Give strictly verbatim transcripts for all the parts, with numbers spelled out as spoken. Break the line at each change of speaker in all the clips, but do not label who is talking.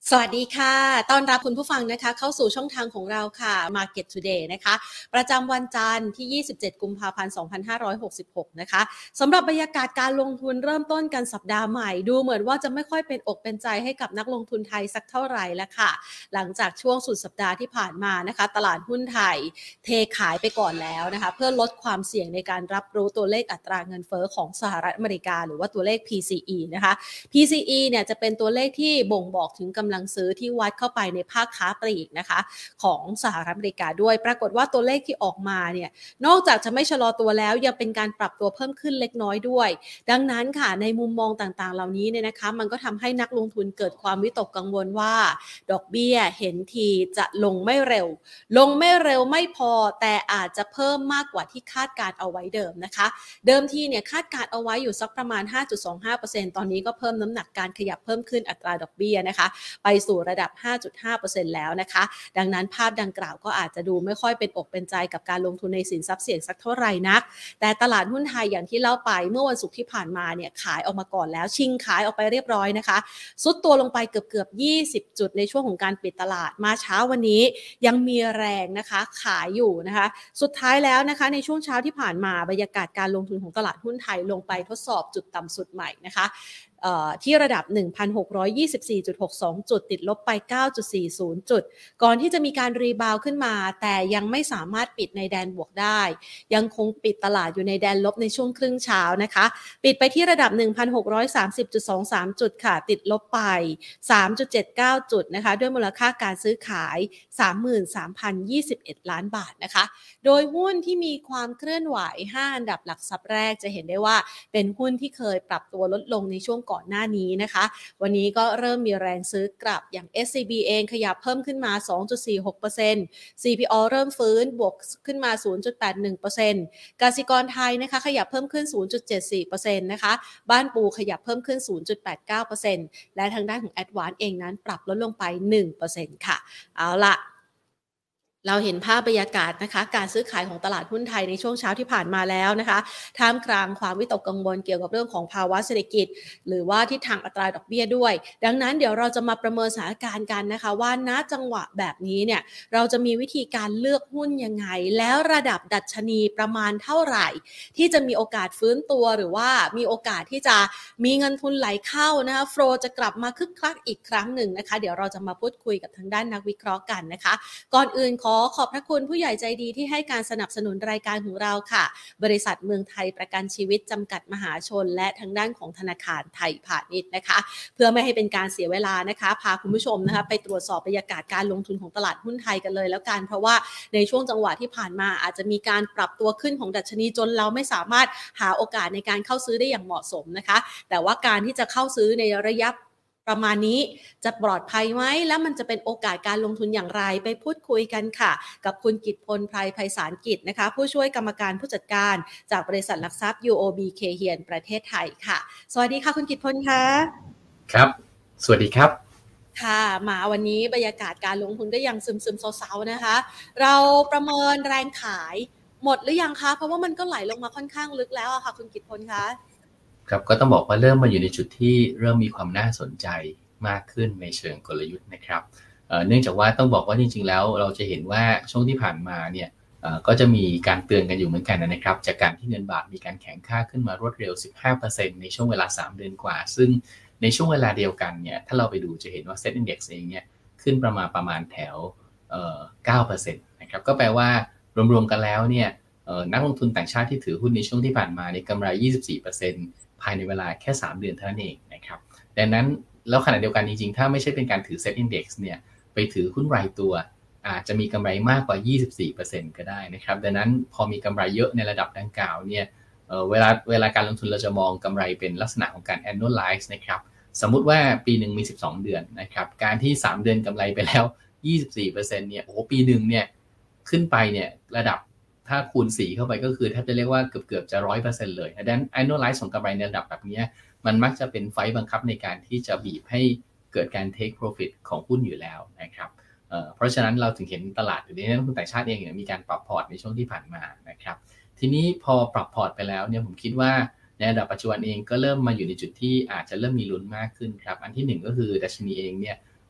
สวัสดีค่ะต้อนรับคุณผู้ฟังนะคะเข้าสู่ช่องทางของเราค่ะ Market Today นะคะประจำวันจันทร์ที่ยี่สิบเจ็ดกุมภาพันธ์สองพันห้าร้อยหกสิบหกนะคะสำหรับบรรยากาศการลงทุนเริ่มต้นกันสัปดาห์ใหม่ดูเหมือนว่าจะไม่ค่อยเป็นอกเป็นใจให้กับนักลงทุนไทยสักเท่าไหร่แล้วค่ะหลังจากช่วงสุดสัปดาห์ที่ผ่านมานะคะตลาดหุ้นไทยเทขายไปก่อนแล้วนะคะเพื่อลดความเสี่ยงในการรับรู้ตัวเลขอัตราเงินเฟ้อของสหรัฐอเมริกาหรือว่าตัวเลข พี ซี อี นะคะ พี ซี อี เนี่ยจะเป็นตัวเลขที่บ่งบอกถึงกำลังซื้อที่วัดเข้าไปในภาคค้าปลีกนะคะของสหรัฐอเมริกาด้วยปรากฏว่าตัวเลขที่ออกมาเนี่ยนอกจากจะไม่ชะลอตัวแล้วยังเป็นการปรับตัวเพิ่มขึ้นเล็กน้อยด้วยดังนั้นค่ะในมุมมองต่างๆเหล่านี้เนี่ยนะคะมันก็ทำให้นักลงทุนเกิดความวิตกกังวลว่าดอกเบี้ยเห็นทีจะลงไม่เร็วลงไม่เร็วไม่พอแต่อาจจะเพิ่มมากกว่าที่คาดการเอาไว้เดิมนะคะเดิมทีเนี่ยคาดการเอาไว้อยู่สักประมาณ ห้าจุดสองห้าเปอร์เซ็นต์ ตอนนี้ก็เพิ่มน้ำหนักการขยับเพิ่มขึ้นอัตราดอกเบี้ยนะคะไปสู่ระดับ ห้าจุดห้าเปอร์เซ็นต์ แล้วนะคะดังนั้นภาพดังกล่าวก็อาจจะดูไม่ค่อยเป็นอกเป็นใจกับการลงทุนในสินทรัพย์เสี่ยงสักเท่าไหร่นักแต่ตลาดหุ้นไทยอย่างที่เล่าไปเมื่อวันศุกร์ที่ผ่านมาเนี่ยขายออกมาก่อนแล้วชิงขายออกไปเรียบร้อยนะคะซุดตัวลงไปเกือบๆยี่สิบจุดในช่วงของการปิดตลาดมาเช้าวันนี้ยังมีแรงนะคะขายอยู่นะคะสุดท้ายแล้วนะคะในช่วงเช้าที่ผ่านมาบรรยากาศการลงทุนของตลาดหุ้นไทยลงไปทดสอบจุดต่ำสุดใหม่นะคะที่ระดับ หนึ่งพันหกร้อยยี่สิบสี่จุดหกสอง จุดติดลบไป เก้าจุดสี่ศูนย์ จุดก่อนที่จะมีการรีบาวขึ้นมาแต่ยังไม่สามารถปิดในแดนบวกได้ยังคงปิดตลาดอยู่ในแดนลบในช่วงครึ่งเช้านะคะปิดไปที่ระดับ หนึ่งพันหกร้อยสามสิบจุดสองสาม จุดค่ะติดลบไป สามจุดเจ็ดเก้า จุดนะคะด้วยมูลค่าการซื้อขาย สามหมื่นสามพันยี่สิบเอ็ด ล้านบาทนะคะโดยหุ้นที่มีความเคลื่อนไหวห้าอันดับหลักทรัพย์แรกจะเห็นได้ว่าเป็นหุ้นที่เคยปรับตัวลดลงในช่วงก่อนหน้านี้นะคะวันนี้ก็เริ่มมีแรงซื้อกลับอย่าง เอส ซี บี เองขยับเพิ่มขึ้นมา สองจุดสี่หกเปอร์เซ็นต์ ซี พี โอ เริ่มฟื้นบวกขึ้นมา ศูนย์จุดแปดหนึ่งเปอร์เซ็นต์ กสิกรไทยนะคะขยับเพิ่มขึ้น ศูนย์จุดเจ็ดสี่เปอร์เซ็นต์ นะคะบ้านปูขยับเพิ่มขึ้น ศูนย์จุดแปดเก้าเปอร์เซ็นต์ และทางด้านของ Advance เองนั้นปรับลดลงไป หนึ่งเปอร์เซ็นต์ ค่ะเอาล่ะเราเห็นภาพบรรยากาศนะคะการซื้อขายของตลาดหุ้นไทยในช่วงเช้าที่ผ่านมาแล้วนะคะท่ามกลางความวิตกกังวลเกี่ยวกับเรื่องของภาวะเศรษฐกิจหรือว่าทิศทางอัตราดอกเบี้ยด้วยดังนั้นเดี๋ยวเราจะมาประเมินสถานการณ์กันนะคะว่าณจังหวะแบบนี้เนี่ยเราจะมีวิธีการเลือกหุ้นยังไงแล้วระดับดัชนีประมาณเท่าไหร่ที่จะมีโอกาสฟื้นตัวหรือว่ามีโอกาสที่จะมีเงินทุนไหลเข้านะคะโฟลว์จะกลับมาคึกคักอีกครั้งหนึ่งนะคะเดี๋ยวเราจะมาพูดคุยกับทางด้านนักวิเคราะห์กันนะคะก่อนอื่นขอขอบพระคุณผู้ใหญ่ใจดีที่ให้การสนับสนุนรายการของเราค่ะบริษัทเมืองไทยประกันชีวิตจำกัดมหาชนและทางด้านของธนาคารไทยพาณิชย์นะคะเพื่อไม่ให้เป็นการเสียเวลานะคะพาคุณผู้ชมนะคะไปตรวจสอบบรรยากาศการลงทุนของตลาดหุ้นไทยกันเลยแล้วกันเพราะว่าในช่วงจังหวะที่ผ่านมาอาจจะมีการปรับตัวขึ้นของดัชนีจนเราไม่สามารถหาโอกาสในการเข้าซื้อได้อย่างเหมาะสมนะคะแต่ว่าการที่จะเข้าซื้อในระยะประมาณนี้จะปลอดภัยไหมและมันจะเป็นโอกาสการลงทุนอย่างไรไปพูดคุยกันค่ะกับคุณกิตพลไพรไพศาลกิจนะคะผู้ช่วยกรรมการผู้จัดการจากบริษัทหลักทรัพย์ ยู โอ บี เค เฮียนประเทศไทยค่ะสวัสดีค่ะคุณกิตพลค่ะ
ครับสวัสดีครับ
ค่ะมาวันนี้บรรยากาศการลงทุนก็ยังซึมๆเซาๆนะคะเราประเมินแรงขายหมดหรือยังคะเพราะว่ามันก็ไหลลงมาค่อนข้างลึกแล้วอะค่ะคุณกิตพลคะ
ครับก็ต้องบอกว่าเริ่มมาอยู่ในจุดที่เริ่มมีความน่าสนใจมากขึ้นในเชิงกลยุทธ์นะครับ เอ่อ เนื่องจากว่าต้องบอกว่าจริงๆแล้วเราจะเห็นว่าช่วงที่ผ่านมาเนี่ยก็จะมีการเตือนกันอยู่เหมือนกันนะครับจากการที่เงินบาทมีการแข็งค่าขึ้นมารวดเร็ว สิบห้าเปอร์เซ็นต์ ในช่วงเวลาสามเดือนกว่าซึ่งในช่วงเวลาเดียวกันเนี่ยถ้าเราไปดูจะเห็นว่า Set Index เองเนี่ยขึ้นประมาณประมาณแถวเอ่อ เก้าเปอร์เซ็นต์ นะครับก็แปลว่ารวมๆกันแล้วเนี่ยนักลงทุนต่างชาติที่ถือหุ้นในช่วงที่ผ่านมาในกำไร ยี่สิบสี่เปอร์เซ็นต์ภายในเวลาแค่สามเดือนเท่านั้นเองนะครับดังนั้นแล้วขณะเดียวกันจริงๆถ้าไม่ใช่เป็นการถือ Set Index เนี่ยไปถือหุ้นรายตัวอาจจะมีกำไรมากกว่า ยี่สิบสี่เปอร์เซ็นต์ ก็ได้นะครับดังนั้นพอมีกำไรเยอะในระดับดังกล่าวเนี่ย เอ่อ เวลาเวลาการลงทุนเราจะมองกำไรเป็นลักษณะของการ annualize นะครับสมมุติว่าปีนึงมีสิบสองเดือนนะครับการที่สามเดือนกำไรไปแล้ว ยี่สิบสี่เปอร์เซ็นต์ เนี่ยโอ้โหปีนึงเนี่ยขึ้นไปเนี่ยระดับถ้าคูณสี่เข้าไปก็คือแทบจะเรียกว่าเกือบๆจะ หนึ่งร้อยเปอร์เซ็นต์ เลยดังนั้น annualize ของกำไรในระดับแบบนี้มันมักจะเป็นไฟบังคับในการที่จะบีบให้เกิดการ take profit ของหุ้นอยู่แล้วนะครับเอ่อเพราะฉะนั้นเราถึงเห็นตลาดหรือในนักลงทุนต่างชาติเองมีการปรับพอร์ตในช่วงที่ผ่านมานะครับทีนี้พอปรับพอร์ตไปแล้วเนี่ยผมคิดว่าในระดับปัจจุบันเองก็เริ่มมาอยู่ในจุดที่อาจจะเริ่มมีลุ้นมากขึ้นครับอันที่หนึ่งก็คือดัชนีเองเนี่ย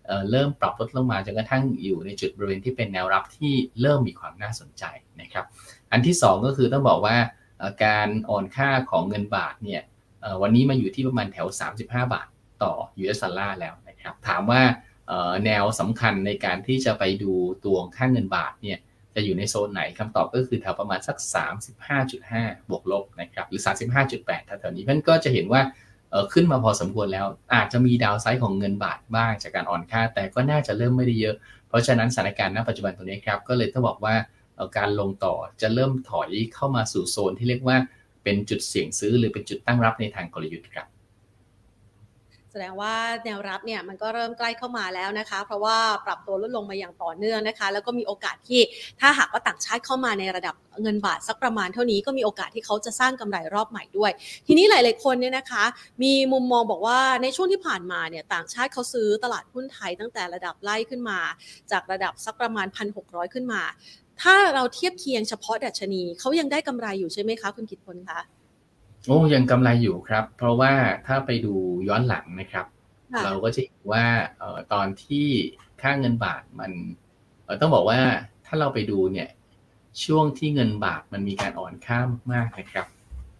เอ่อเริ่มปรับลดลงมาจนกระทั่งอยู่ในจุดบริเวณที่เป็นแนวรับที่เริ่มมีความน่าสนใจนะครับอันที่สองก็คือต้องบอกว่าการอ่อนค่าของเงินบาทเนี่ยวันนี้มาอยู่ที่ประมาณแถวสามสิบห้าบาทต่อ ยู เอส ดอลลาร์แล้วนะครับถามว่าแนวสำคัญในการที่จะไปดูตัวค่าเงินบาทเนี่ยจะอยู่ในโซนไหนคำตอบก็คือแถวประมาณสัก สามสิบห้าจุดห้า บวกลบนะครับหรือ สามสิบห้าจุดแปด แถวๆนี้เพื่อนก็จะเห็นว่าขึ้นมาพอสมควรแล้วอาจจะมีดาวไซด์ของเงินบาทบ้างจากการอ่อนค่าแต่ก็น่าจะเริ่มไม่ได้เยอะเพราะฉะนั้นสถานการณ์ณปัจจุบันตรงนี้ครับก็เลยต้องบอกว่าการลงต่อจะเริ่มถอยเข้ามาสู่โซนที่เรียกว่าเป็นจุดเสี่ยงซื้อหรือเป็นจุดตั้งรับในทางกลยุทธ์ครับ
แสดงว่าแนวรับเนี่ยมันก็เริ่มใกล้เข้ามาแล้วนะคะเพราะว่าปรับตัวลดลงมาอย่างต่อเนื่องนะคะแล้วก็มีโอกาสที่ถ้าหากว่าต่างชาติเข้ามาในระดับเงินบาทสักประมาณเท่านี้ก็มีโอกาสที่เขาจะสร้างกำไรรอบใหม่ด้วยทีนี้หลายๆคนเนี่ยนะคะมีมุมมองบอกว่าในช่วงที่ผ่านมาเนี่ยต่างชาติเขาซื้อตลาดหุ้นไทยตั้งแต่ระดับไล่ขึ้นมาจากระดับสักประมาณ หนึ่งพันหกร้อย ขึ้นมาถ้าเราเทียบเคียงเฉพาะดัชนีเขายังได้กำไรอยู่ใช่ไหมคะคุณกิตพลคะ
โอ้ยังกำไรอยู่ครับเพราะว่าถ้าไปดูย้อนหลังนะครับเราก็จะเห็นว่าเอ่อตอนที่ค่าเงินบาทมันเอ่อต้องบอกว่าถ้าเราไปดูเนี่ยช่วงที่เงินบาทมันมีการอ่อนค่ามากๆนะครับ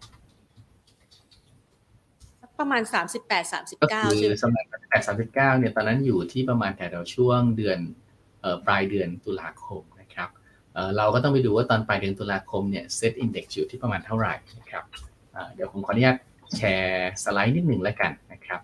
ประมาณสามสิบแปด สามสิบเก้าใช่ไหม
สมัยสามสิบแปด สามสิบเก้าเนี่ยตอนนั้นอยู่ที่ประมาณแถวๆช่วงเดือนเอ่อปลายเดือนตุลาคมนะครับเอ่อเราก็ต้องไปดูว่าตอนปลายเดือนตุลาคมเนี่ย Set Index อยู่ที่ประมาณเท่าไหร่นะครับเอ่อเดี๋ยวผมขออนุญาตแชร์สไลด์นิดหนึ่งแล้วกันนะครับ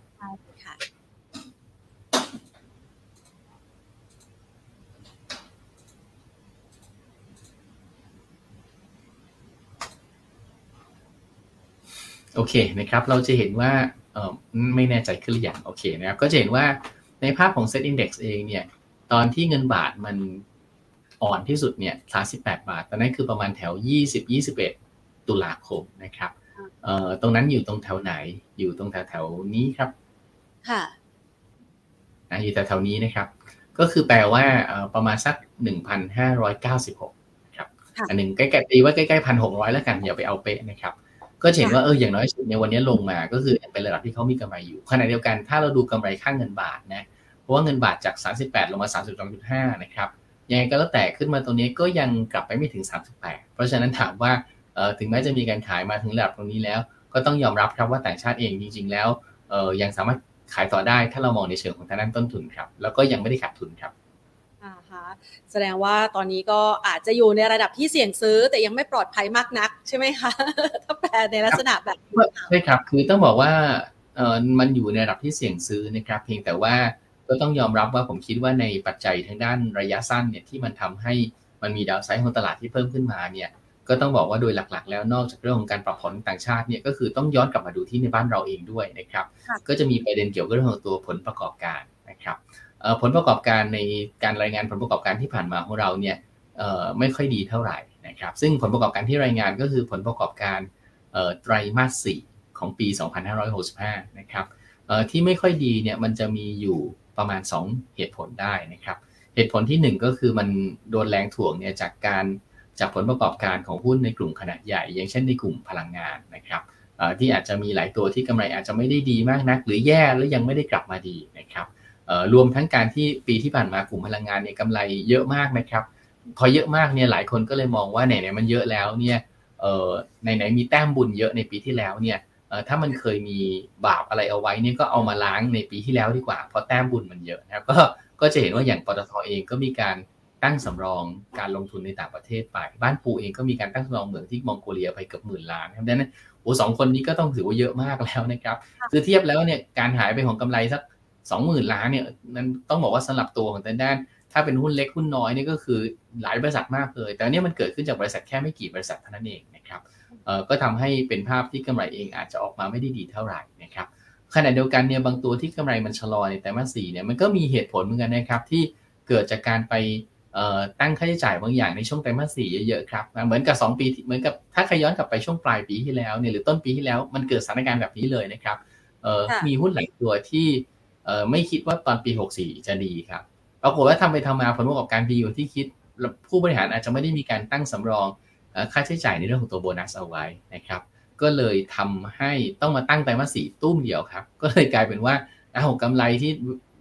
โอเคนะครับเราจะเห็นว่าเอ่อไม่แน่ใจขึ้นหรือยังโอเคนะครับก็จะเห็นว่าในภาพของ Set Index เองเนี่ยตอนที่เงินบาทมันอ่อนที่สุดเนี่ยสามสิบแปดบาทตอนนั้นคือประมาณแถวยี่สิบ ยี่สิบเอ็ดตุลาคมนะครับเอ่อตรงนั้นอยู่ตรงแถวไหนอยู่ตรงแถวแถวนี้ครับ
ค่ะ
นะอยู่แถวแถวนี้นะครับก็คือแปลว่าเอ่อประมาณสัก หนึ่งพันห้าร้อยเก้าสิบหก ครับอันหนึ่งใกล้ๆตีว่าใกล้ๆ หนึ่งพันหกร้อย แล้วกันอย่าไปเอาเป๊ะนะครับก็เห็นว่าเอออย่างน้อยสุดในวันนี้ลงมาก็คือเป็นระดับที่เขามีกำไรอยู่ขณะเดียวกันถ้าเราดูกำไรค่าเงินบาทนะเพราะว่าเงินบาทจากสามสิบแปดลงมา สามสิบสองจุดห้า นะครับยังไงก็แล้วแต่ขึ้นมาตรงนี้ก็ยังกลับไปไม่ถึงสามสิบแปดเพราะฉะนั้นถามว่าเอ่อถึงแม้จะมีการขายมาถึงระดับตรงนี้แล้วก็ต้องยอมรับครับว่าต่างชาติเองจริงๆแล้วเอ่อยังสามารถขายต่อได้ถ้าเรามองในเชิงของทางด้านต้นทุนครับแล้วก็ยังไม่ได้ขาดทุนครับ
อ่าฮะแสดงว่าตอนนี้ก็อาจจะอยู่ในระดับที่เสี่ยงซื้อแต่ยังไม่ปลอดภัยมากนักใช่ไหมคะถ้าแปลในลักษณะแบบ
ใช่ครับคือต้องบอกว่าเอ่อมันอยู่ในระดับที่เสี่ยงซื้อนะครับเพียงแต่ว่าก็ต้องยอมรับว่าผมคิดว่าในปัจจัยทางด้านระยะสั้นเนี่ยที่มันทำให้มันมีดาวไซด์ของตลาดที่เพิ่มขึ้นมาเนี่ยก็ต้องบอกว่าโดยหลักๆแล้วนอกจากเรื่องของการปรับพอร์ตต่างชาติเนี่ยก็คือต้องย้อนกลับมาดูที่ในบ้านเราเองด้วยนะครับก็จะมีประเด็นเกี่ยวกับเรื่องของตัวผลประกอบการนะครับผลประกอบการในการรายงานผลประกอบการที่ผ่านมาของเราเนี่ยไม่ค่อยดีเท่าไหร่นะครับซึ่งผลประกอบการที่รายงานก็คือผลประกอบการไตรมาสสี่ของปีสองพันห้าร้อยหกสิบห้านะครับที่ไม่ค่อยดีเนี่ยมันจะมีอยู่ประมาณสองเหตุผลได้นะครับเหตุผลที่หนึ่งก็คือมันโดนแรงถ่วงเนี่ยจากการจากผลประกอบการของหุ้นในกลุ่มขนาดใหญ่อย่างเช่นในกลุ่มพลังงานนะครับที่อาจจะมีหลายตัวที่กำไรอาจจะไม่ได้ดีมากนักหรือแย่แล้วยังไม่ได้กลับมาดีนะครับรวมทั้งการที่ปีที่ผ่านมากลุ่มพลังงานเนี่ยกำไรเยอะมากนะครับพอเยอะมากเนี่ยหลายคนก็เลยมองว่าไหนๆมันเยอะแล้วเนี่ยไหนๆมีแต้มบุญเยอะในปีที่แล้วเนี่ยถ้ามันเคยมีบาปอะไรเอาไว้เนี่ยก็เอามาล้างในปีที่แล้วดีกว่าเพราะแต้มบุญมันเยอะนะครับก็ก็จะเห็นว่าอย่างปตท.เองก็มีการตั้งสำรองการลงทุนในต่างประเทศไปบ้านปูเองก็มีการตั้งสำรองเหมืองที่มองโกเลียไปเกือบหมื่นล้านนะครับดังนั้นโอ้สองคนนี้ก็ต้องถือว่าเยอะมากแล้วนะครับคือเทียบแล้วเนี่ยการหายไปของกำไรสักสองหมื่นล้านเนี่ยนั้นต้องบอกว่าสำหรับตัวของแต่ด้านถ้าเป็นหุ้นเล็กหุ้นน้อยนี่ก็คือหลายบริษัทมากเลยแต่เนี่ยมันเกิดขึ้นจากบริษัทแค่ไม่กี่บริษัทเท่านั้นเองนะครับเอ่อก็ทำให้เป็นภาพที่กำไรเองอาจจะออกมาไม่ได้ดีเท่าไหร่นะครับขณะเดียวกันเนี่ยบางตัวที่กำไรมันชะลอในไตรมาสสี่เนี่ยมันก็มีเหตุผลเหมือนกันนะครับที่เกิดจากการไปตั้งค่าใช้จ่ายบางอย่างในช่วงไตรมาสสี่เยอะๆครับเหมือนกับสองปีเหมือนกับถ้าใครย้อนกลับไปช่วงปลายปีที่แล้วเนี่ยหรือต้นปีที่แล้วมันเกิดสถานการณ์แบบนี้เลยนะครับมีหุ้นหลายตัวที่ไม่คิดว่าตอนปีหกสิบสี่จะดีครับปรากฏว่าทำไปทำมาผลประกอบการดีอยู่ที่คิดผู้บริหารอาจจะไม่ได้มีการตั้งสำรองค่าใช้จ่ายในเรื่องของตัวโบนัสเอาไว้นะครับก็เลยทำให้ต้องมาตั้งไตรมาสสี่ตุ้มเดียวครับก็เลยกลายเป็นว่าเอากำไรที่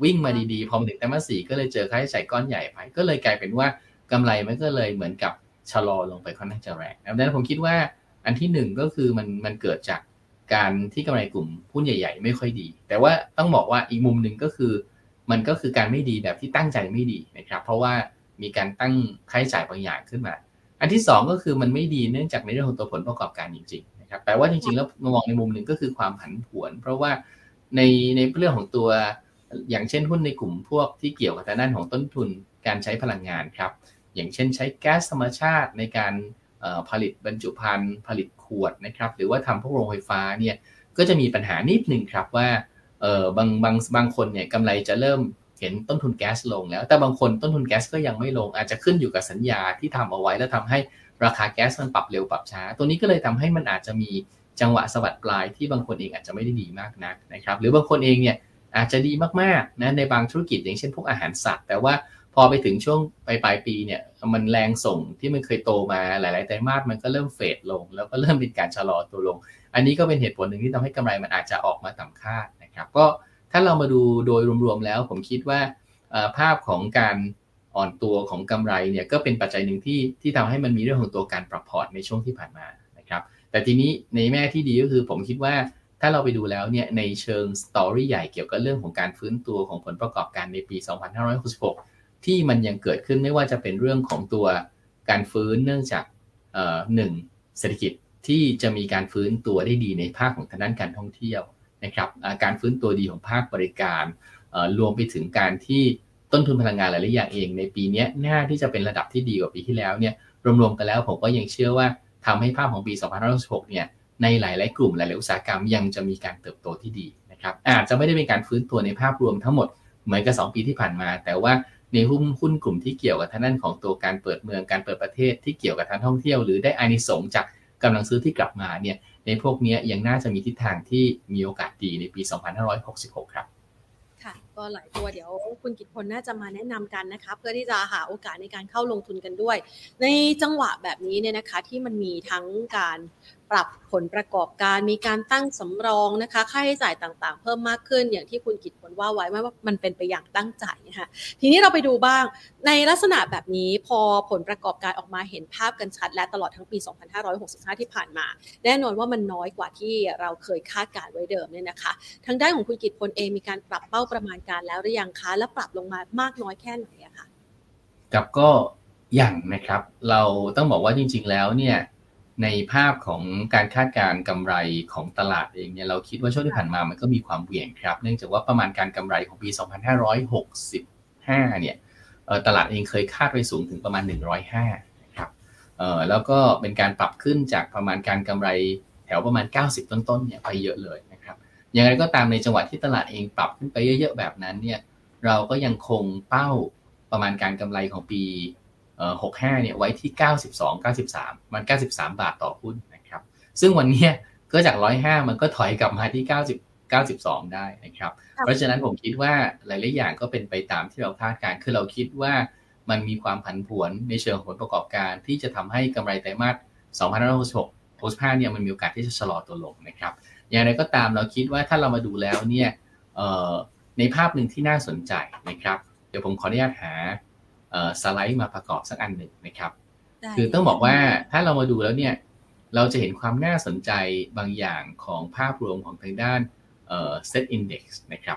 วิ่งมาดีๆพอมาถึงไตรมาสสี่ก็เลยเจอค่าใช้จ่ายก้อนใหญ่ไปก็เลยกลายเป็นว่ากำไรมันก็เลยเหมือนกับชะลอลงไปค่อนข้างจะแรงดังนั้นผมคิดว่าอันที่หนึ่งก็คือมันมันเกิดจากการที่กำไรกลุ่มหุ้นใหญ่ๆไม่ค่อยดีแต่ว่าต้องบอกว่าอีกมุมหนึ่งก็คือมันก็คือการไม่ดีแบบที่ตั้งใจไม่ดีนะครับเพราะว่ามีการตั้งค่าใช้จ่ายบางอย่างขึ้นมาอันที่สองก็คือมันไม่ดีเนื่องจากในเรื่องของตัวผลประกอบการจริงๆนะครับแต่ว่าจริงๆแล้วมองในมุมหนึ่งก็คือความผันผวนเพราะว่าในในเรื่องของตัวอย่างเช่นหุ้นในกลุ่มพวกที่เกี่ยวกับทางด้านของต้นทุนการใช้พลังงานครับอย่างเช่นใช้แก๊สธรรมชาติในการผลิตบรรจุภัณฑ์ผลิตขวดนะครับหรือว่าทำพวกโรงไฟฟ้าเนี่ยก็จะมีปัญหานิดนึงครับว่าเออบางบางบางคนเนี่ยกำไรจะเริ่มเห็นต้นทุนแก๊สลงแล้วแต่บางคนต้นทุนแก๊สก็ยังไม่ลงอาจจะขึ้นอยู่กับสัญญาที่ทำเอาไว้แล้วทำให้ราคาแก๊สมันปรับเร็วปรับช้าตัวนี้ก็เลยทำให้มันอาจจะมีจังหวะสะบัดปลายที่บางคนเองอาจจะไม่ได้ดีมากนักนะครับหรือบางคนเองเนี่ยอาจจะดีมากๆนะในบางธุรกิจอย่างเช่นพวกอาหารสัตว์แต่ว่าพอไปถึงช่วงปลายปลายปีเนี่ยมันแรงส่งที่มันเคยโตมาหลายๆไตรมาสมันก็เริ่มเฟดลงแล้วก็เริ่มเป็นการชะลอตัวลงอันนี้ก็เป็นเหตุผลหนึ่งที่ทำให้กำไรมันอาจจะออกมาต่ำคาดนะครับก็ถ้าเรามาดูโดยรวมๆแล้วผมคิดว่าภาพของการอ่อนตัวของกำไรเนี่ยก็เป็นปัจจัยหนึ่งที่ที่ทำให้มันมีเรื่องของตัวการปรับพอร์ตในช่วงที่ผ่านมานะครับแต่ทีนี้ในแง่ที่ดีก็คือผมคิดว่าถ้าเราไปดูแล้วเนี่ยในเชิงสตอรี่ใหญ่เกี่ยวกับเรื่องของการฟื้นตัวของผลประกอบการในปีสองพันห้าร้อยหกสิบหกที่มันยังเกิดขึ้นไม่ว่าจะเป็นเรื่องของตัวการฟื้นเนื่องจากเอ่อหนึ่งเศรษฐกิจที่จะมีการฟื้นตัวได้ดีในภาคของทางด้านการท่องเที่ยวนะครับการฟื้นตัวดีของภาคบริการรวมไปถึงการที่ต้นทุนพลังงานหลายๆอย่างเองในปีนี้น่าที่จะเป็นระดับที่ดีกว่าปีที่แล้วเนี่ยรวมๆกันแล้วผมก็ยังเชื่อว่าทำให้ภาพของปีสองพันห้าร้อยหกสิบหกเนี่ยในหลายๆกลุ่มหลายๆอุตสาหกรรมยังจะมีการเติบโตที่ดีนะครับอาจจะไม่ได้เป็นการฟื้นตัวในภาพรวมทั้งหมดเหมือนกับสองปีที่ผ่านมาแต่ว่าในหุ้นหุ้นกลุ่มที่เกี่ยวกับทางด้านของตัวการเปิดเมืองการเปิดประเทศที่เกี่ยวกับทางท่องเที่ยวหรือได้อานิสงส์จากกำลังซื้อที่กลับมาเนี่ยในพวกนี้ยังน่าจะมีทิศทางที่มีโอกาสดีในปีสองพันห้าร้อยหกสิบหกครับ
ค่ะก็หลายตัวเดี๋ยวคุณกิตพลน่าจะมาแนะนำกันนะคะเพื่อที่จะหาโอกาสในการเข้าลงทุนกันด้วยในจังหวะแบบนี้เนี่ยนะคะที่มันมีทั้งการปรับผลประกอบการมีการตั้งสำรองนะคะค่าใช้จ่ายต่างๆเพิ่มมากขึ้นอย่างที่คุณกิตพลว่าไว้ว่ามันเป็นไปอย่างตั้งใจนะคะทีนี้เราไปดูบ้างในลักษณะแบบนี้พอผลประกอบการออกมาเห็นภาพกันชัดและตลอดทั้งปีสองพันห้าร้อยหกสิบห้าที่ผ่านมาแน่นอนว่ามันน้อยกว่าที่เราเคยคาดการไว้เดิมเนี่ยนะคะทางด้านของคุณกิตพลเองมีการปรับเป้าประมาณการแล้วหรือยังคะและปรับลงมามากน้อยแค่ไหนอะคะ
ครับก็อย่างนะครับเราต้องบอกว่าจริงๆแล้วเนี่ยในภาพของการคาดการณ์กำไรของตลาดเองเนี่ยเราคิดว่าช่วงที่ผ่านมามันก็มีความเหวี่ยงครับเนื่องจากว่าประมาณการกำไรของปีสองพันห้าร้อยหกสิบห้าเนี่ยตลาดเองเคยคาดไว้สูงถึงประมาณหนึ่งร้อยห้านะครับแล้วก็เป็นการปรับขึ้นจากประมาณการกำไรแถวประมาณเก้าสิบต้นๆเนี่ยไปเยอะเลยนะครับอย่างไรก็ตามในจังหวะที่ตลาดเองปรับขึ้นไปเยอะๆแบบนั้นเนี่ยเราก็ยังคงเป้าประมาณการกำไรของปีหกสิบห้าเนี่ยไว้ที่เก้าสิบสอง เก้าสิบสามมันเก้าสิบสามบาทต่อหุ้นนะครับซึ่งวันนี้ก็จากหนึ่งร้อยห้ามันก็ถอยกลับมาที่เก้าสิบ เก้าสิบสองได้นะครับเพราะฉะนั้นผมคิดว่าหลายๆอย่างก็เป็นไปตามที่เราคาดการณ์คือเราคิดว่ามันมีความผันผวนในเชิงผลประกอบการที่จะทำให้กำไรไตรมาสสองพันห้าร้อยหกสิบหก หกสิบห้าเนี่ยมันมีโอกาสที่จะชะลอตัวลงนะครับอย่างไรก็ตามเราคิดว่าถ้าเรามาดูแล้วเนี่ยในภาพหนึ่งที่น่าสนใจนะครับเดี๋ยวผมขออนุญาตหาสไลด์มาประกอบสักอันหนึ่งนะครับคือต้องบอกว่าถ้าเรามาดูแล้วเนี่ยเราจะเห็นความน่าสนใจบางอย่างของภาพรวมของทางด้านเอ่อ Set Index นะครับ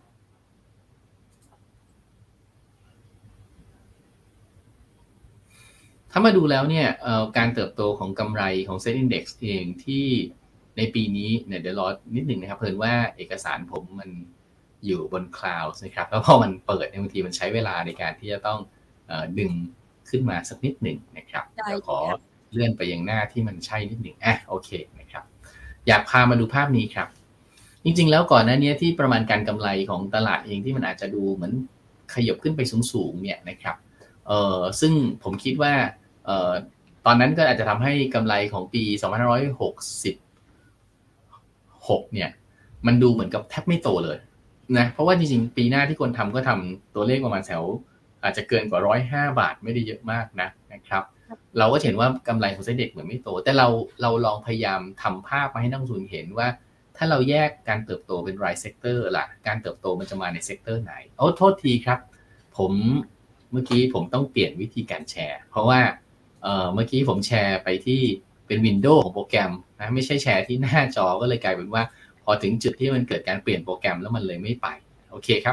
ถ้ามาดูแล้วเนี่ยการเติบโตของกำไรของ Set Index เองที่ในปีนี้เนี่ยเดี๋ยวรอนิดหนึ่งนะครับเพิ่นว่าเอกสารผมมันอยู่บนคลาวด์นะครับแล้วพอมันเปิดบางทีมันใช้เวลาในการที่จะต้องดึงขึ้นมาสักนิดหนึ่งนะครับเดี๋ยวขอเลื่อนไปยังหน้าที่มันใช่นิดหนึ่งอ่ะโอเคนะครับอยากพามาดูภาพนี้ครับจริงๆแล้วก่อนหน้านี้ที่ประมาณการกำไรของตลาดเองที่มันอาจจะดูเหมือนขยับขึ้นไปสูงๆเนี่ยนะครับเอ่อซึ่งผมคิดว่าเอ่อตอนนั้นก็อาจจะทำให้กำไรของปีสองพันห้าร้อยหกสิบหกเนี่ยมันดูเหมือนกับแทบไม่โตเลยนะเพราะว่าจริงๆปีหน้าที่คนทำก็ทำตัวเลขประมาณแถวอาจจะเกินกว่าหนึ่งร้อยห้าบาทไม่ได้เยอะมากนะนะครับเราก็เห็นว่ากำไรของเซ็ตเด็กเหมือนไม่โตแต่เราเราลองพยายามทำภาพมาให้นักลงทุนเห็นว่าถ้าเราแยกการเติบโตเป็นรายเซกเตอร์ล่ะการเติบโตมันจะมาในเซกเตอร์ไหนโอ้โทษทีครับผมเมื่อกี้ผมต้องเปลี่ยนวิธีการแชร์เพราะว่าเอ่อเมื่อกี้ผมแชร์ไปที่เป็นวินโดว์ของโปรแกรมนะไม่ใช่แชร์ที่หน้าจอก็เลยกลายเป็นว่าพอถึงจุดที่มันเกิดการเปลี่ยนโปรแกรมแล้วมันเลยไม่ไปโอเคครับ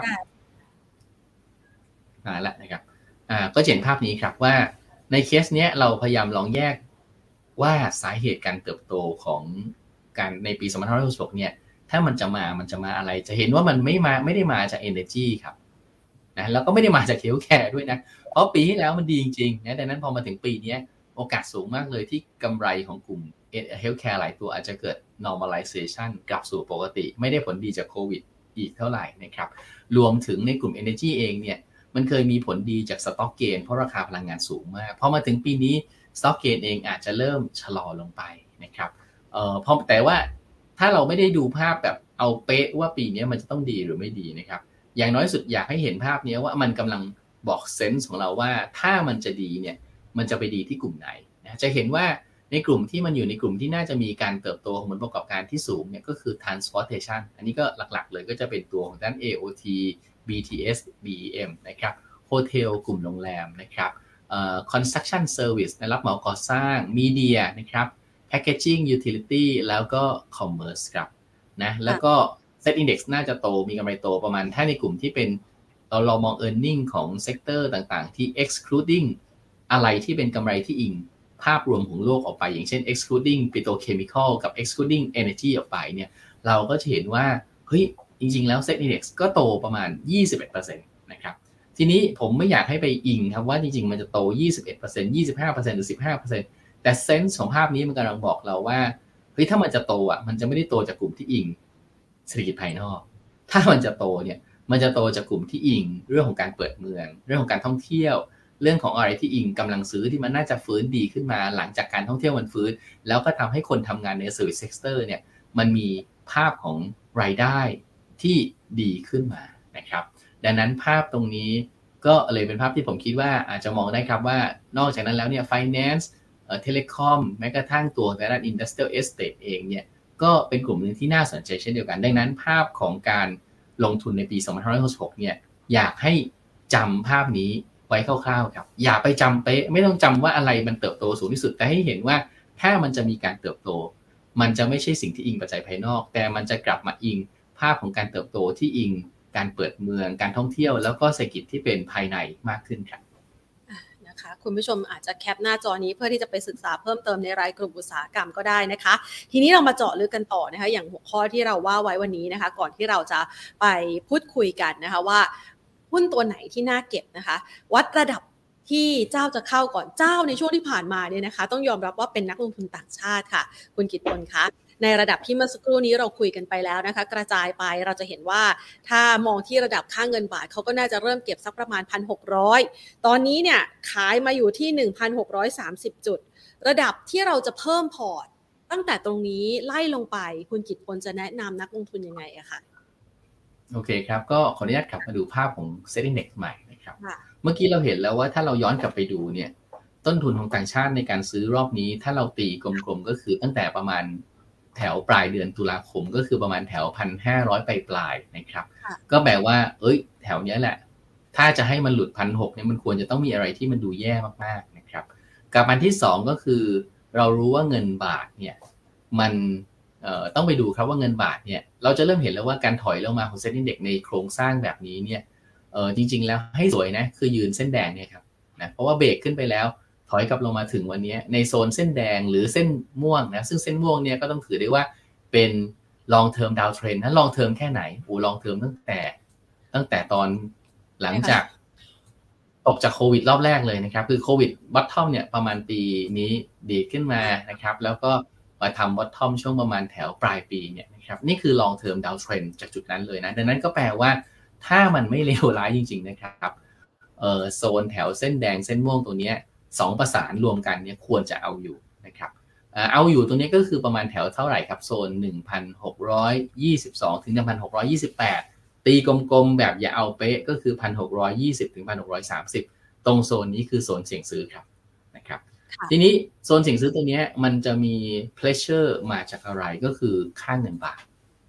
มาแล้วนะครับอ่าก็เห็นภาพนี้ครับว่าในเคสเนี้ยเราพยายามลองแยกว่าสาเหตุการเติบโตของการในปีสองพันห้าร้อยหกสิบหกเนี่ยถ้ามันจะมามันจะมาอะไรจะเห็นว่ามันไม่มาไม่ได้มาจาก Energy ครับนะแล้วก็ไม่ได้มาจาก Healthcare ด้วยนะเพราะปีที่แล้วมันดีจริงๆนะดังนั้นพอมาถึงปีนี้โอกาสสูงมากเลยที่กำไรของกลุ่ม Healthcare หลายตัวอาจจะเกิด normalization กลับสู่ปกติไม่ได้ผลดีจากโควิดอีกเท่าไหร่นะครับรวมถึงในกลุ่ม Energy เองเนี่ยมันเคยมีผลดีจาก Stock Gain เพราะราคาพลังงานสูงมากพอมาถึงปีนี้ Stock Gain เองอาจจะเริ่มชะลอลงไปนะครับเอ่อพอแต่ว่าถ้าเราไม่ได้ดูภาพแบบเอาเป๊ะว่าปีนี้มันจะต้องดีหรือไม่ดีนะครับอย่างน้อยสุดอยากให้เห็นภาพนี้ว่ามันกำลังบอกเซนส์ของเราว่าถ้ามันจะดีเนี่ยมันจะไปดีที่กลุ่มไหนนะจะเห็นว่าในกลุ่มที่มันอยู่ในกลุ่มที่น่าจะมีการเติบโตของผลประกอบการที่สูงเนี่ยก็คือ transportation อันนี้ก็หลักๆเลยก็จะเป็นตัวของด้าน เอ โอ ที บี ที เอส บี อี เอ็ม นะครับ Hotel กลุ่มโรงแรมนะครับเอ่อ construction service รับเหมาก่อสร้าง media นะครับ packaging utility แล้วก็ commerce ครับนะแล้วก็ Set Index น่าจะโตมีกำไรโตประมาณถ้าในกลุ่มที่เป็นเราเรามอง earning ของเซกเตอร์ต่างๆที่ excluding อะไรที่เป็นกำไรที่อิงภาพรวมของโลกออกไปอย่างเช่น excluding petrochemical กับ excluding energy ออกไปเนี่ยเราก็จะเห็นว่าเฮ้ยจริงๆแล้ว Set Index ก็โตประมาณ ยี่สิบเอ็ดเปอร์เซ็นต์ นะครับทีนี้ผมไม่อยากให้ไปอิงครับว่าจริงๆมันจะโต ยี่สิบเอ็ดเปอร์เซ็นต์ ยี่สิบห้าเปอร์เซ็นต์ หรือ สิบห้าเปอร์เซ็นต์ แต่เซนส์ของภาพนี้มันกำลังบอกเราว่าเฮ้ยถ้ามันจะโตอ่ะมันจะไม่ได้โตจากกลุ่มที่อิงเศรษฐกิจภายนอกถ้ามันจะโตเนี่ยมันจะโตจากกลุ่มที่อิงเรื่องของการเปิดเมืองเรื่องของการท่องเที่ยวเรื่องของอะไรที่อิงกำลังซื้อที่มันน่าจะฟื้นดีขึ้นมาหลังจากการท่องเที่ยวมันฟื้นแล้วก็ทำให้คนทำงานใน service sector เนี่ยมันมีภาพของรายได้ที่ดีขึ้นมานะครับดังนั้นภาพตรงนี้ก็เลยเป็นภาพที่ผมคิดว่าอาจจะมองได้ครับว่านอกจากนั้นแล้วเนี่ย finance เอ่อ telecom แม้กระทั่งตัวด้าน industrial estate เองเนี่ยก็เป็นกลุ่มหนึ่งที่น่าสนใจเช่นเดียวกันดังนั้นภาพของการลงทุนในปีสองพันห้าร้อยหกสิบหกเนี่ยอยากให้จำภาพนี้ไว้คร่าวๆครับอย่าไปจำเป๊ะไม่ต้องจำว่าอะไรมันเติบโตสูงที่สุดแต่ให้เห็นว่าถ้ามันจะมีการเติบโตมันจะไม่ใช่สิ่งที่อิงปัจจัยภายนอกแต่มันจะกลับมาอิงภาพของการเติบโตที่อิงการเปิดเมืองการท่องเที่ยวแล้วก็เศรษฐกิจที่เป็นภายในมากขึ้นครับ
นะคะคุณผู้ชมอาจจะแคปหน้าจอนี้เพื่อที่จะไปศึกษาเพิ่มเติมในรายกลุ่มอุตสาหกรรมก็ได้นะคะทีนี้เรามาเจาะลึกกันต่อนะคะอย่างหัวข้อที่เราว่าไว้วันนี้นะคะก่อนที่เราจะไปพูดคุยกันนะคะว่าหุ้นตัวไหนที่น่าเก็บนะคะวัดระดับที่เจ้าจะเข้าก่อนเจ้าในช่วงที่ผ่านมาเนี่ยนะคะต้องยอมรับว่าเป็นนักลงทุนต่างชาติค่ะคุณกิตพลคะในระดับที่เมื่อสักครู่นี้เราคุยกันไปแล้วนะคะกระจายไปเราจะเห็นว่าถ้ามองที่ระดับค่าเงินบาทเขาก็น่าจะเริ่มเก็บสักประมาณ หนึ่งพันหกร้อย ตอนนี้เนี่ยขายมาอยู่ที่ หนึ่งพันหกร้อยสามสิบ จุดระดับที่เราจะเพิ่มพอร์ตตั้งแต่ตรงนี้ไล่ลงไปคุณกิตพลจะแนะนำนักลงทุนยังไงอะคะ
โอเคครับก็ขออนุญาตกลับมาดูภาพของ Set Index ใหม่นะครับเมื่อกี้เราเห็นแล้วว่าถ้าเราย้อนกลับไปดูเนี่ยต้นทุนของต่างชาติในการซื้อรอบนี้ถ้าเราตีกลมๆก็คือตั้งแต่ประมาณแถวปลายเดือนตุลาคมก็คือประมาณแถว หนึ่งพันห้าร้อย ปลายๆนะครับก็แปลว่าเอ้ยแถวนี้แหละถ้าจะให้มันหลุด หนึ่งพันหกร้อย เนี่ยมันควรจะต้องมีอะไรที่มันดูแย่มากๆนะครับกับอันที่สองก็คือเรารู้ว่าเงินบาทเนี่ยมันเอ่อต้องไปดูครับว่าเงินบาทเนี่ยเราจะเริ่มเห็นแล้วว่าการถอยลงมาของ Set Index ในโครงสร้างแบบนี้เนี่ยเออจริงๆแล้วให้สวยนะคือยืนเส้นแดงเนี่ยครับนะเพราะว่าเบรกขึ้นไปแล้วถอยกลับลงมาถึงวันนี้ในโซนเส้นแดงหรือเส้นม่วงนะซึ่งเส้นม่วงเนี่ยก็ต้องถือได้ว่าเป็น long term downtrend นะ long term แค่ไหนโอ้ long term ตั้งแต่ตั้งแต่ตอนหลังจากตกจากโควิดรอบแรกเลยนะครับคือโควิด bottom เนี่ยประมาณปีนี้ดีขึ้นมานะครับแล้วก็มาทำ bottom ช่วงประมาณแถวปลายปีเนี่ยนะครับนี่คือ long term downtrend จากจุดนั้นเลยนะดังนั้นก็แปลว่าถ้ามันไม่เลวร้ายจริงๆนะครับเออโซนแถวเส้นแดงเส้นม่วงตัวนี้สองประสานรวมกันเนี่ยควรจะเอาอยู่นะครับเอาอยู่ตรงนี้ก็คือประมาณแถวเท่าไหร่ครับโซน หนึ่งพันหกร้อยยี่สิบสอง ถึง หนึ่งพันหกร้อยยี่สิบแปด ตีกลมๆแบบอย่าเอาเป๊ะก็คือ หนึ่งพันหกร้อยยี่สิบ ถึง หนึ่งพันหกร้อยสามสิบ ตรงโซนนี้คือโซนเสี่ยงซื้อครับนะครับทีนี้โซนเสี่ยงซื้อตัวนี้มันจะมี pressure มาจากอะไรก็คือค่าเงินบาท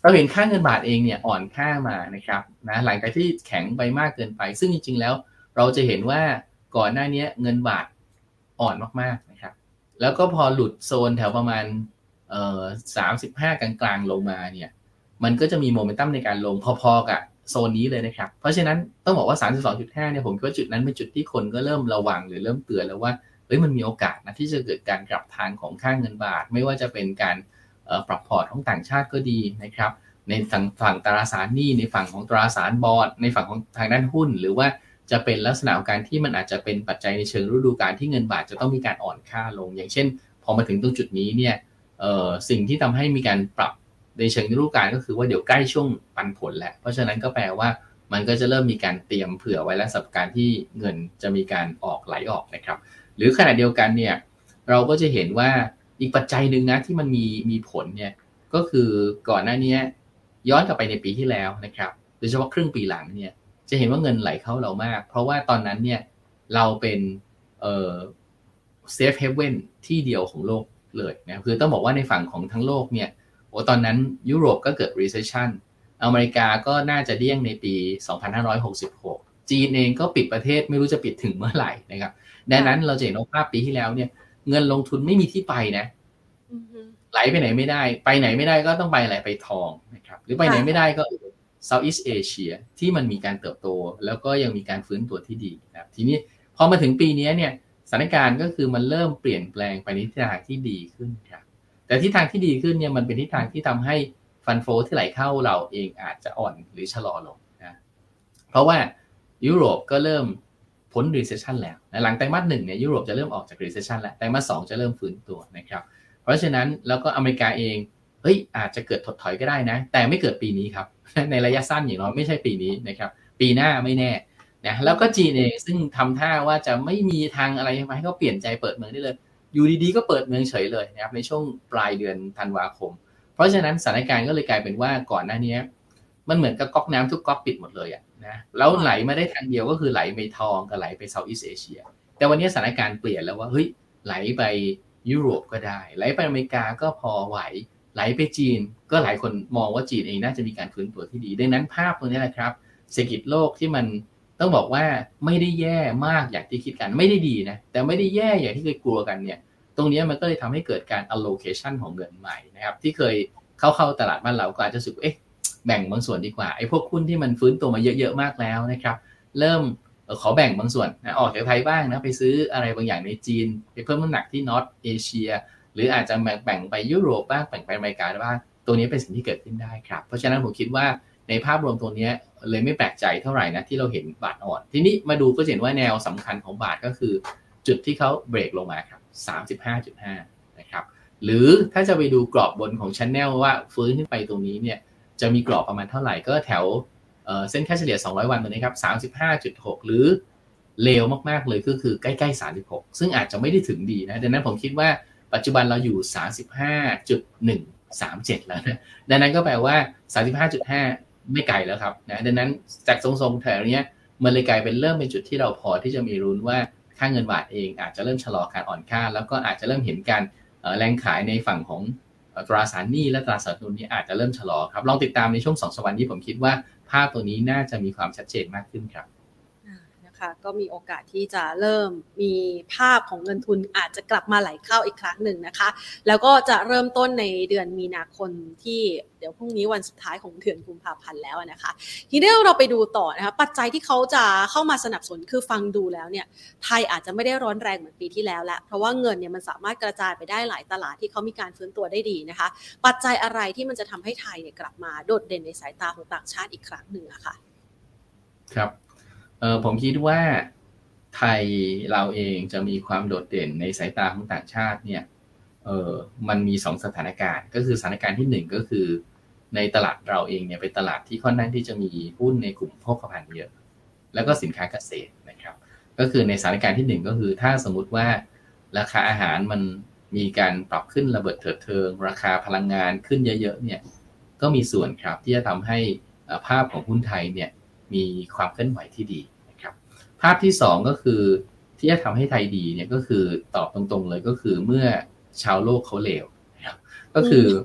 เราเห็นค่าเงินบาทเองเนี่ยอ่อนค่ามานะครับนะหลังจากที่แข็งไปมากเกินไปซึ่งจริงๆแล้วเราจะเห็นว่าก่อนหน้านี้เงินบาทอ่อนมากๆนะครับแล้วก็พอหลุดโซนแถวประมาณเอ่อสามสิบห้ากลางๆลงมาเนี่ยมันก็จะมีโมเมนตัมในการลงพอๆกับโซนนี้เลยนะครับเพราะฉะนั้นต้องบอกว่า สามสิบสองจุดห้า เนี่ยผมคิดว่าจุดนั้นเป็นจุดที่คนก็เริ่มระวังหรือเริ่มเตือนแล้วว่าเฮ้ยมันมีโอกาสนะที่จะเกิดการกลับทางของค่าเงินบาทไม่ว่าจะเป็นการปรับพอร์ตของต่างชาติก็ดีนะครับในฝั่งฝั่งตราสารหนี้ในฝั่งของตราสารบอนด์ในฝั่งของทางด้านหุ้นหรือว่าจะเป็นลักษณะของการที่มันอาจจะเป็นปัจจัยในเชิงฤดูกาลที่เงินบาทจะต้องมีการอ่อนค่าลงอย่างเช่นพอมาถึงตรงจุดนี้เนี่ยเอ่อสิ่งที่ทำให้มีการปรับในเชิงฤดูกาลก็คือว่าเดี๋ยวใกล้ช่วงปันผลแล้วเพราะฉะนั้นก็แปลว่ามันก็จะเริ่มมีการเตรียมเผื่อไว้แล้วสำหรับการที่เงินจะมีการออกไหลออกนะครับหรือขณะเดียวกันเนี่ยเราก็จะเห็นว่าอีกปัจจัยหนึ่งนะที่มันมีมีผลเนี่ยก็คือก่อนหน้านี้ย้อนกลับไปในปีที่แล้วนะครับโดยเฉพาะครึ่งปีหลังเนี่ยจะเห็นว่าเงินไหลเข้าเรามากเพราะว่าตอนนั้นเนี่ยเราเป็นเอ่อ safe haven ที่เดียวของโลกเลยนะคือต้องบอกว่าในฝั่งของทั้งโลกเนี่ยโอ้ตอนนั้นยุโรปก็เกิด recession อเมริกาก็น่าจะเดี้ยงในปีสองพันห้าร้อยหกสิบหกจีนเองก็ปิดประเทศไม่รู้จะปิดถึงเมื่อไหร่นะครับดังนั้นเราจะเห็นว่าภาพปีที่แล้วเนี่ยเงินลงทุนไม่มีที่ไปนะไหลไปไหนไม่ได้ไปไหนไม่ได้ก็ต้องไปอะไรไปทองนะครับหรือไปไหนไม่ได้ก็ Southeast Asia ที่มันมีการเติบโตแล้วก็ยังมีการฟื้นตัวที่ดีนะครับทีนี้พอมาถึงปีนี้เนี่ยสถานการณ์ก็คือมันเริ่มเปลี่ยนแปลงไปในทิศทางที่ดีขึ้นครับแต่ทิศทางที่ดีขึ้นเนี่ยมันเป็นทิศทางที่ทำให้ฟันโฟที่ไหลเข้าเราเองอาจจะอ่อนหรือชะลอลงนะเพราะว่ายุโรปก็เริ่มพ้น recession แล้วหลังไตรมาสหนึ่งเนี่ยยุโรปจะเริ่มออกจาก recession แล้วไตรมาสสองจะเริ่มฟื้นตัวนะครับเพราะฉะนั้นแล้วก็อเมริกาเองเฮ้ยอาจจะเกิดถดถอยก็ได้นะแต่ไม่เกิดปีนี้ครับในระยะสั้นอย่างน้อยไม่ใช่ปีนี้นะครับปีหน้าไม่แน่นะแล้วก็จีนเองซึ่งทำท่าว่าจะไม่มีทางอะไรให้เขาเปลี่ยนใจเปิดเมืองได้เลยอยู่ดีๆก็เปิดเมืองเฉยเลยนะครับในช่วงปลายเดือนธันวาคมเพราะฉะนั้นสถานการณ์ก็เลยกลายเป็นว่าก่อนหน้านี้มันเหมือนกับก๊อกน้ำทุกก๊อกปิดหมดเลยอ่ะนะแล้วไหลมาได้ทางเดียวก็คือไหลไปทองกับไหลไปเซาท์อีสต์เอเชียแต่วันนี้สถานการณ์เปลี่ยนแล้วว่าเฮ้ยไหลไปยุโรปก็ได้ไหลไปอเมริกาก็พอไหวไหลไปจีนก็หลายคนมองว่าจีนเองน่าจะมีการฟื้นตัวที่ดีดังนั้นภาพตรงนี้แหละครับเศรษฐกิจโลกที่มันต้องบอกว่าไม่ได้แย่มากอย่างที่คิดกันไม่ได้ดีนะแต่ไม่ได้แย่อย่างที่เคยกลัวกันเนี่ยตรงนี้มันก็เลยทำให้เกิดการ allocation ของเงินใหม่นะครับที่เคยเข้าเข้าตลาดบ้านเราก็อาจจะรู้สึกเอ๊ะแบ่งบางส่วนดีกว่าไอ้พวกหุ้นที่มันฟื้นตัวมาเยอะๆมากแล้วนะครับเริ่มขอแบ่งบางส่วนนะออกจากไทยบ้างนะไปซื้ออะไรบางอย่างในจีนไปเพิ่มน้ำหนักที่นอร์ทเอเชียหรืออาจจะแบ่งไปยุโรปบ้างแบ่งไปอเมริกาบ้างตัวนี้เป็นสิ่งที่เกิดขึ้นได้ครับเพราะฉะนั้นผมคิดว่าในภาพรวมตัวนี้เลยไม่แปลกใจเท่าไหร่นะที่เราเห็นบาทอ่อนทีนี้มาดูก็เห็นว่าแนวสำคัญของบาทก็คือจุดที่เขาเบรกลงมาครับ สามสิบห้าจุดห้า นะครับหรือถ้าจะไปดูกรอบบนของ channel ว่าฟื้นขึ้นไปตรงนี้เนี่ยจะมีกรอบประมาณเท่าไหร่ก็แถวเอ่อเส้นค่าเฉลี่ยสองร้อยวันตัวนี้ครับ สามสิบห้าจุดหก หรือเลวมากๆเลยก็คือใกล้ๆสามสิบหกซึ่งอาจจะไม่ได้ถึงดีนะดังนั้นผมคิดว่าปัจจุบันเราอยู่ สามสิบห้าจุดหนึ่งสามเจ็ด แล้วนะดังนั้นก็แปลว่า สามสิบห้าจุดห้า ไม่ไกลแล้วครับนะดังนั้นจากทรงๆแถวนี้มันเลยกลายเป็นเริ่มเป็นจุดที่เราพอที่จะมีรุ้นว่าค่าเงินบาทเองอาจจะเริ่มชะลอการอ่อนค่าแล้วก็อาจจะเริ่มเห็นการแรงขายในฝั่งของตราสารหนี้และตราสารทุนนี้อาจจะเริ่มชะลอครับลองติดตามในช่วงสองสัปดาห์นี้ผมคิดว่าภาพตัวนี้น่าจะมีความชัดเจนมากขึ้นครับ
ก็มีโอกาสที่จะเริ่มมีภาพของเงินทุนอาจจะกลับมาไหลเข้าอีกครั้งหนึ่งนะคะแล้วก็จะเริ่มต้นในเดือนมีนาคมที่เดี๋ยวพรุ่งนี้วันสุดท้ายของเดือนกุมภาพันธ์แล้วนะคะทีนี้เราไปดูต่อนะคะปัจจัยที่เขาจะเข้ามาสนับสนุนคือฟังดูแล้วเนี่ยไทยอาจจะไม่ได้ร้อนแรงเหมือนปีที่แล้วละเพราะว่าเงินเนี่ยมันสามารถกระจายไปได้หลายตลาดที่เขามีการฟื้นตัวได้ดีนะคะปัจจัยอะไรที่มันจะทำให้ไทยเนี่ยกลับมาโดดเด่นในสายตาของต่างชาติอีกครั้งหนึ่งอะค่ะ
ครับเออผมคิดว่าไทยเราเองจะมีความโดดเด่นในสายตาของต่างชาติเนี่ยเออมันมีสองสถานการณ์ก็คือสถานการณ์ที่หนึ่งก็คือในตลาดเราเองเนี่ยเป็นตลาดที่ค่อนข้างที่จะมีหุ้นในกลุ่มโภคภัณฑ์เยอะแล้วก็สินค้าเกษตรนะครับก็คือในสถานการณ์ที่หนึ่งก็คือถ้าสมมุติว่าราคาอาหารมันมีการปรับขึ้นระเบิดเถิดเทิงราคาพลังงานขึ้นเยอะๆเนี่ยก็มีส่วนครับที่จะทำให้ภาพของหุ้นไทยเนี่ยมีความเคลื่อนไหวที่ดีนะครับภาพที่สองก็คือที่จะทำให้ไทยดีเนี่ยก็คือตอบตรงๆเลยก็คือเมื่อชาวโลกเขาเลวนะครับก็คือ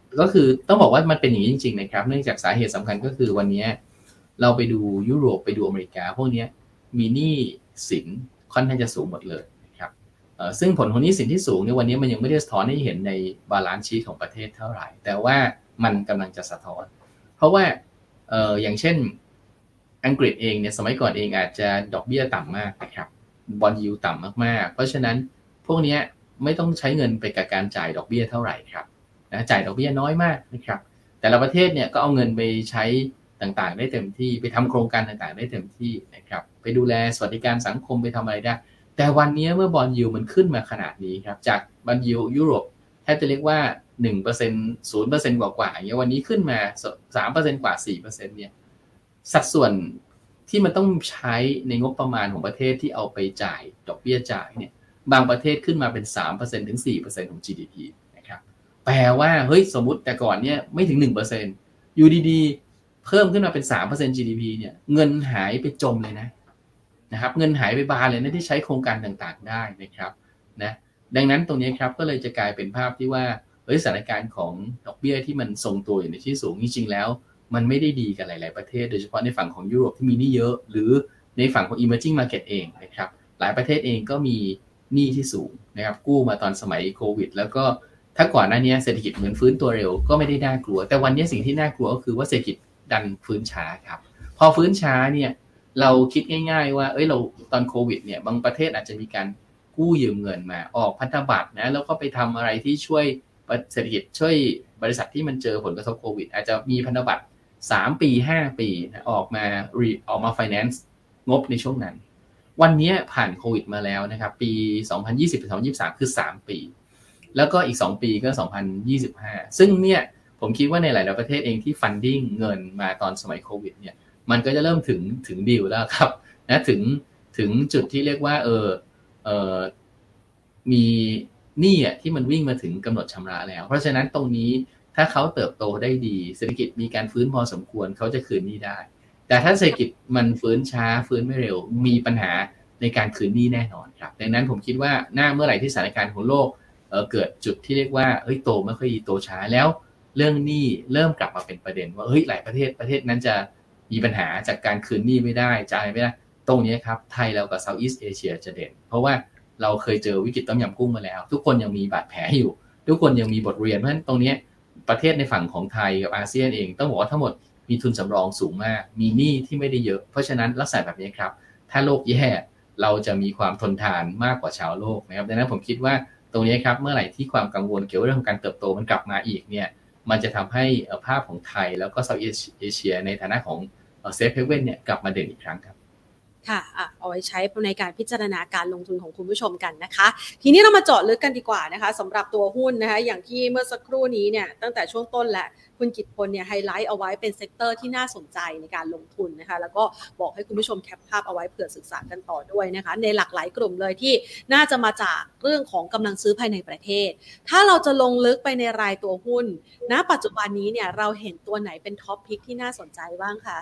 ก็คือต้องบอกว่ามันเป็นอย่างนี้จริงๆนะครับเนื่องจากสาเหตุสำคัญก็คือวันนี้เราไปดูยุโรปไปดูอเมริกาพวกนี้มีหนี้สินค่อนข้างจะสูงหมดเลยนะครับซึ่งผลของหนี้สินที่สูงในวันนี้มันยังไม่ได้สะท้อนให้เห็นในบาลานซ์ชีทของประเทศเท่าไหร่แต่ว่ามันกำลังจะสะท้อนเพราะว่าเอ่ออย่างเช่นอังกฤษเองเนี่ยสมัยก่อนเองอาจจะดอกเบี้ยต่ำมากนะครับบอนด์ยิลด์ต่ำมากๆเพราะฉะนั้นพวกนี้ไม่ต้องใช้เงินไปกับการจ่ายดอกเบี้ยเท่าไหร่ครับนะจ่ายดอกเบี้ยน้อยมากนะครับแต่ละประเทศเนี่ยก็เอาเงินไปใช้ต่างๆได้เต็มที่ไปทำโครงการต่างๆได้เต็มที่นะครับไปดูแลสวัสดิการสังคมไปทำอะไรได้แต่วันนี้เมื่อบอนด์ยิลด์มันขึ้นมาขนาดนี้ครับจากบอนด์ยิลด์ยุโรปแทบจะเรียกว่า หนึ่งเปอร์เซ็นต์ ศูนย์ เปอร์เซ็นต์ กว่าๆอย่างเงี้ยวันนี้ขึ้นมา สามเปอร์เซ็นต์ กว่า สี่เปอร์เซ็นต์ เนี่ยสัดส่วนที่มันต้องใช้ในงบประมาณของประเทศที่เอาไปจ่ายดอกเบี้ยจ่ายเนี่ยบางประเทศขึ้นมาเป็น สามเปอร์เซ็นต์ ถึง สี่เปอร์เซ็นต์ ของ จี ดี พี นะครับแปลว่าเฮ้ยสมมุติแต่ก่อนเนี่ยไม่ถึง หนึ่งเปอร์เซ็นต์ อยู่ดีๆเพิ่มขึ้นมาเป็น สามเปอร์เซ็นต์ จี ดี พี เนี่ยเงินหายไปจมเลยนะนะครับเงินหายไปบานเลยนะที่ใช้โครงการต่างๆได้นะครับนะดังนั้นตรงนี้ครับก็เลยจะกลายเป็นภาพที่ว่าเฮ้ยสถานการณ์ของดอกเบี้ยที่มันทรงตัวอยู่ในที่สูงจริงๆแล้วมันไม่ได้ดีกับหลายๆประเทศโดยเฉพาะในฝั่งของยุโรปที่มีหนี้เยอะหรือในฝั่งของ emerging market เองนะครับหลายประเทศเองก็มีหนี้ที่สูงนะครับกู้มาตอนสมัยโควิดแล้วก็ถ้าก่อนหน้านี้เศรษฐกิจเหมือนฟื้นตัวเร็วก็ไม่ได้น่ากลัวแต่วันนี้สิ่งที่น่ากลัวก็คือว่าเศรษฐกิจดันฟื้นช้าครับพอฟื้นช้าเนี่ยเราคิดง่ายๆว่าเอ้ยเราตอนโควิดเนี่ยบางประเทศอาจจะมีการกู้ยืมเงินมาออกพันธบัตรนะแล้วก็ไปทำอะไรที่ช่วยเศรษฐกิจช่วยบริษัทที่มันเจอผลกระทบโควิดอาจจะมีพันธบัตรสามปีห้าปีนะออกมาออกมา finance งบในช่วงนั้นวันนี้ผ่านโควิดมาแล้วนะครับปีสองพันยี่สิบ สองพันยี่สิบสามคือสามปีแล้วก็อีกสองปีก็สองพันยี่สิบห้าซึ่งเนี่ยผมคิดว่าในหลายๆประเทศเองที่ funding เงินมาตอนสมัยโควิดเนี่ยมันก็จะเริ่มถึงถึงดีลแล้วครับนะถึงถึงจุดที่เรียกว่าเออเออมีหนี้อ่ะที่มันวิ่งมาถึงกำหนดชำระแล้วเพราะฉะนั้นตรงนี้ถ้าเขาเติบโตได้ดีเศรษฐกิจมีการฟื้นพอสมควรเขาจะคืนหนี้ได้แต่ถ้าเศรษฐกิจมันฟื้นช้าฟื้นไม่เร็วมีปัญหาในการคืนหนี้แน่นอนครับดังนั้นผมคิดว่าหน้าเมื่อไหร่ที่สถานการณ์ของโลก เ, เกิดจุดที่เรียกว่าเฮ้ยโตไม่ค่อยดีโตช้าแล้วเรื่องหนี้เริ่มกลับมาเป็นประเด็นว่าเฮ้ยหลายประเทศประเทศนั้นจะมีปัญหาจากการคืนหนี้ไม่ได้จ่ายไม่ได้ตรงนี้ครับไทยเรากับ Southeast Asia จะเด่นเพราะว่าเราเคยเจอวิกฤตต้มยำกุ้งมาแล้วทุกคนยังมีบาดแผลอยู่ทุกคนยังมีบทเรียนเพราะฉะนั้นตรงนี้ประเทศในฝั่งของไทยกับอาเซียนเองต้องบอกว่าทั้งหมดมีทุนสำรองสูงมากมีหนี้ที่ไม่ได้เยอะเพราะฉะนั้นลักษณะแบบนี้ครับถ้าโลกแย่เราจะมีความทนทานมากกว่าชาวโลกนะครับดังนั้นผมคิดว่าตรงนี้ครับเมื่อไหร่ที่ความกังวลเกี่ยวกับเรื่องของการเติบโตมันกลับมาอีกเนี่ยมันจะทำให้ภาพของไทยแล้วก็เซาท์อีสต์เอเชียในฐานะของเซฟเฮเว่นเนี่ยกลับมาเด่นอีกครั้งครับ
ค่ะเอาไว้ใช้ในการพิจารณาการลงทุนของคุณผู้ชมกันนะคะทีนี้เรามาเจาะลึกกันดีกว่านะคะสำหรับตัวหุ้นนะคะอย่างที่เมื่อสักครู่นี้เนี่ยตั้งแต่ช่วงต้นและคุณกิตพลเนี่ยไฮไลท์เอาไว้เป็นเซกเตอร์ที่น่าสนใจในการลงทุนนะคะแล้วก็บอกให้คุณผู้ชมแคปภาพเอาไว้เผื่อศึกษากันต่อด้วยนะคะในหลากหลายกลุ่มเลยที่น่าจะมาจากเรื่องของกำลังซื้อภายในประเทศถ้าเราจะลงลึกไปในรายตัวหุ้นณปัจจุบันนี้เนี่ยเราเห็นตัวไหนเป็นท็อปพิกที่น่าสนใจบ้างคะ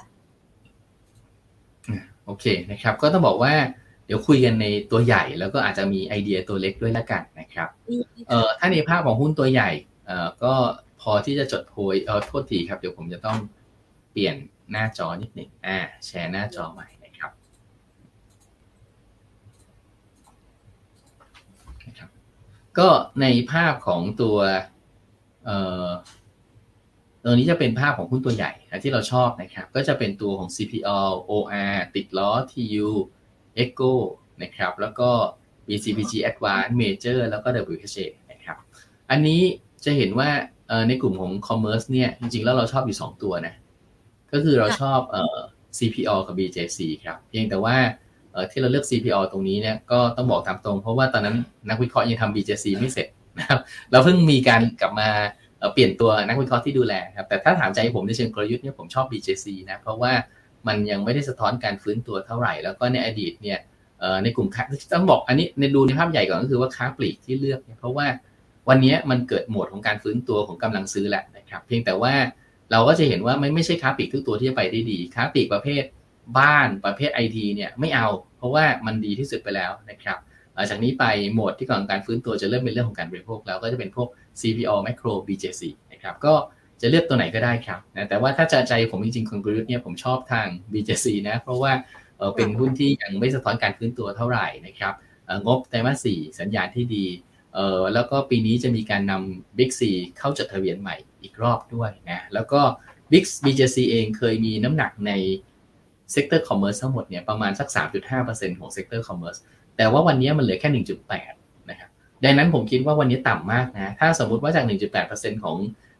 โอเคนะครับก็ต้องบอกว่าเดี๋ยวคุยกันในตัวใหญ่แล้วก็อาจจะมีไอเดียตัวเล็กด้วยละกันนะครับเอ่อถ้าในภาพของหุ้นตัวใหญ่เอ่อก็พอที่จะจดโพยเอ่อโทษทีครับเดี๋ยวผมจะต้องเปลี่ยนหน้าจอนิดหนึ่งอ่าแชร์หน้าจอใหม่นะครับนะครับก็ในภาพของตัวเอ่อตัวนี้จะเป็นภาพของหุ้นตัวใหญ่ที่เราชอบนะครับก็จะเป็นตัวของ ซี พี แอล โอ อาร์ ติดล้อ ที ยู Echo นะครับแล้วก็ บี ซี พี จี Advanced Major แล้วก็ ดับเบิลยู เอช เอ นะครับอันนี้จะเห็นว่าในกลุ่มของ Commerce เนี่ยจริงๆแล้วเราชอบอยู่สองตัวนะก็คือเราชอบเอ่อ ซี พี แอล กับ บี เจ ซี ครับเพียงแต่ว่าที่เราเลือก ซี พี แอล ตรงนี้เนี่ยก็ต้องบอกตามตรงเพราะว่าตอนนั้นนักวิเคราะห์ยังทำ บี เจ ซี ไม่เสร็จนะครับเราเพิ่งมีการกลับมาเปลี่ยนตัวนักวิเคราะห์ที่ดูแลครับแต่ถ้าถามใจผมในเชิงกลยุทธ์เนี่ยผมชอบ บี เจ ซี นะเพราะว่ามันยังไม่ได้สะท้อนการฟื้นตัวเท่าไหร่แล้วก็ในอดีตเนี่ยในกลุ่มค้าต้องบอกอันนี้ในดูในภาพใหญ่ก่อนก็คือว่าค้าปลีกที่เลือกเนี่ยเพราะว่าวันนี้มันเกิดโหมดของการฟื้นตัวของกำลังซื้อแหละนะครับเพียงแต่ว่าเราก็จะเห็นว่าไม่ไม่ใช่ค้าปลีกทุกตัวที่จะไปได้ดีค้าปลีกประเภทบ้านประเภท ไอ ที เนี่ยไม่เอาเพราะว่ามันดีที่สุดไปแล้วนะครับจากนี้ไปโหมดที่ของการฟื้นตัวจะเริ่มเป็นเรื่องของการบริโภคแล้วก็จะเป็นพวก ซี พี โอ Macro บี เจ ซี นะครับก็จะเลือกตัวไหนก็ได้ครับนะแต่ว่าถ้าจะใจผมจริงๆคุณกลยุทธ์เนี่ยผมชอบทาง บี เจ ซี นะเพราะว่าเอ่อเป็นหุ้นที่ยังไม่สะท้อนการฟื้นตัวเท่าไหร่นะครับเอ่องบไตรมาสสี่สัญญาณที่ดีเอ่อแล้วก็ปีนี้จะมีการนำ Big C เข้าจดทะเบียนใหม่อีกรอบด้วยนะแล้วก็ Big บี เจ ซี เองเคยมีน้ำหนักในเซกเตอร์คอมเมอร์ซทั้งหมดเนี่ยประมาณสัก สามจุดห้าเปอร์เซ็นต์ ของเซกเตอร์คอมเมอร์ซแต่ว่าวันนี้มันเหลือแค่ หนึ่งจุดแปด นะครับดังนั้นผมคิดว่าวันนี้ต่ำมากนะถ้าสมมุติว่าจาก หนึ่งจุดแปดเปอร์เซ็นต์ ของ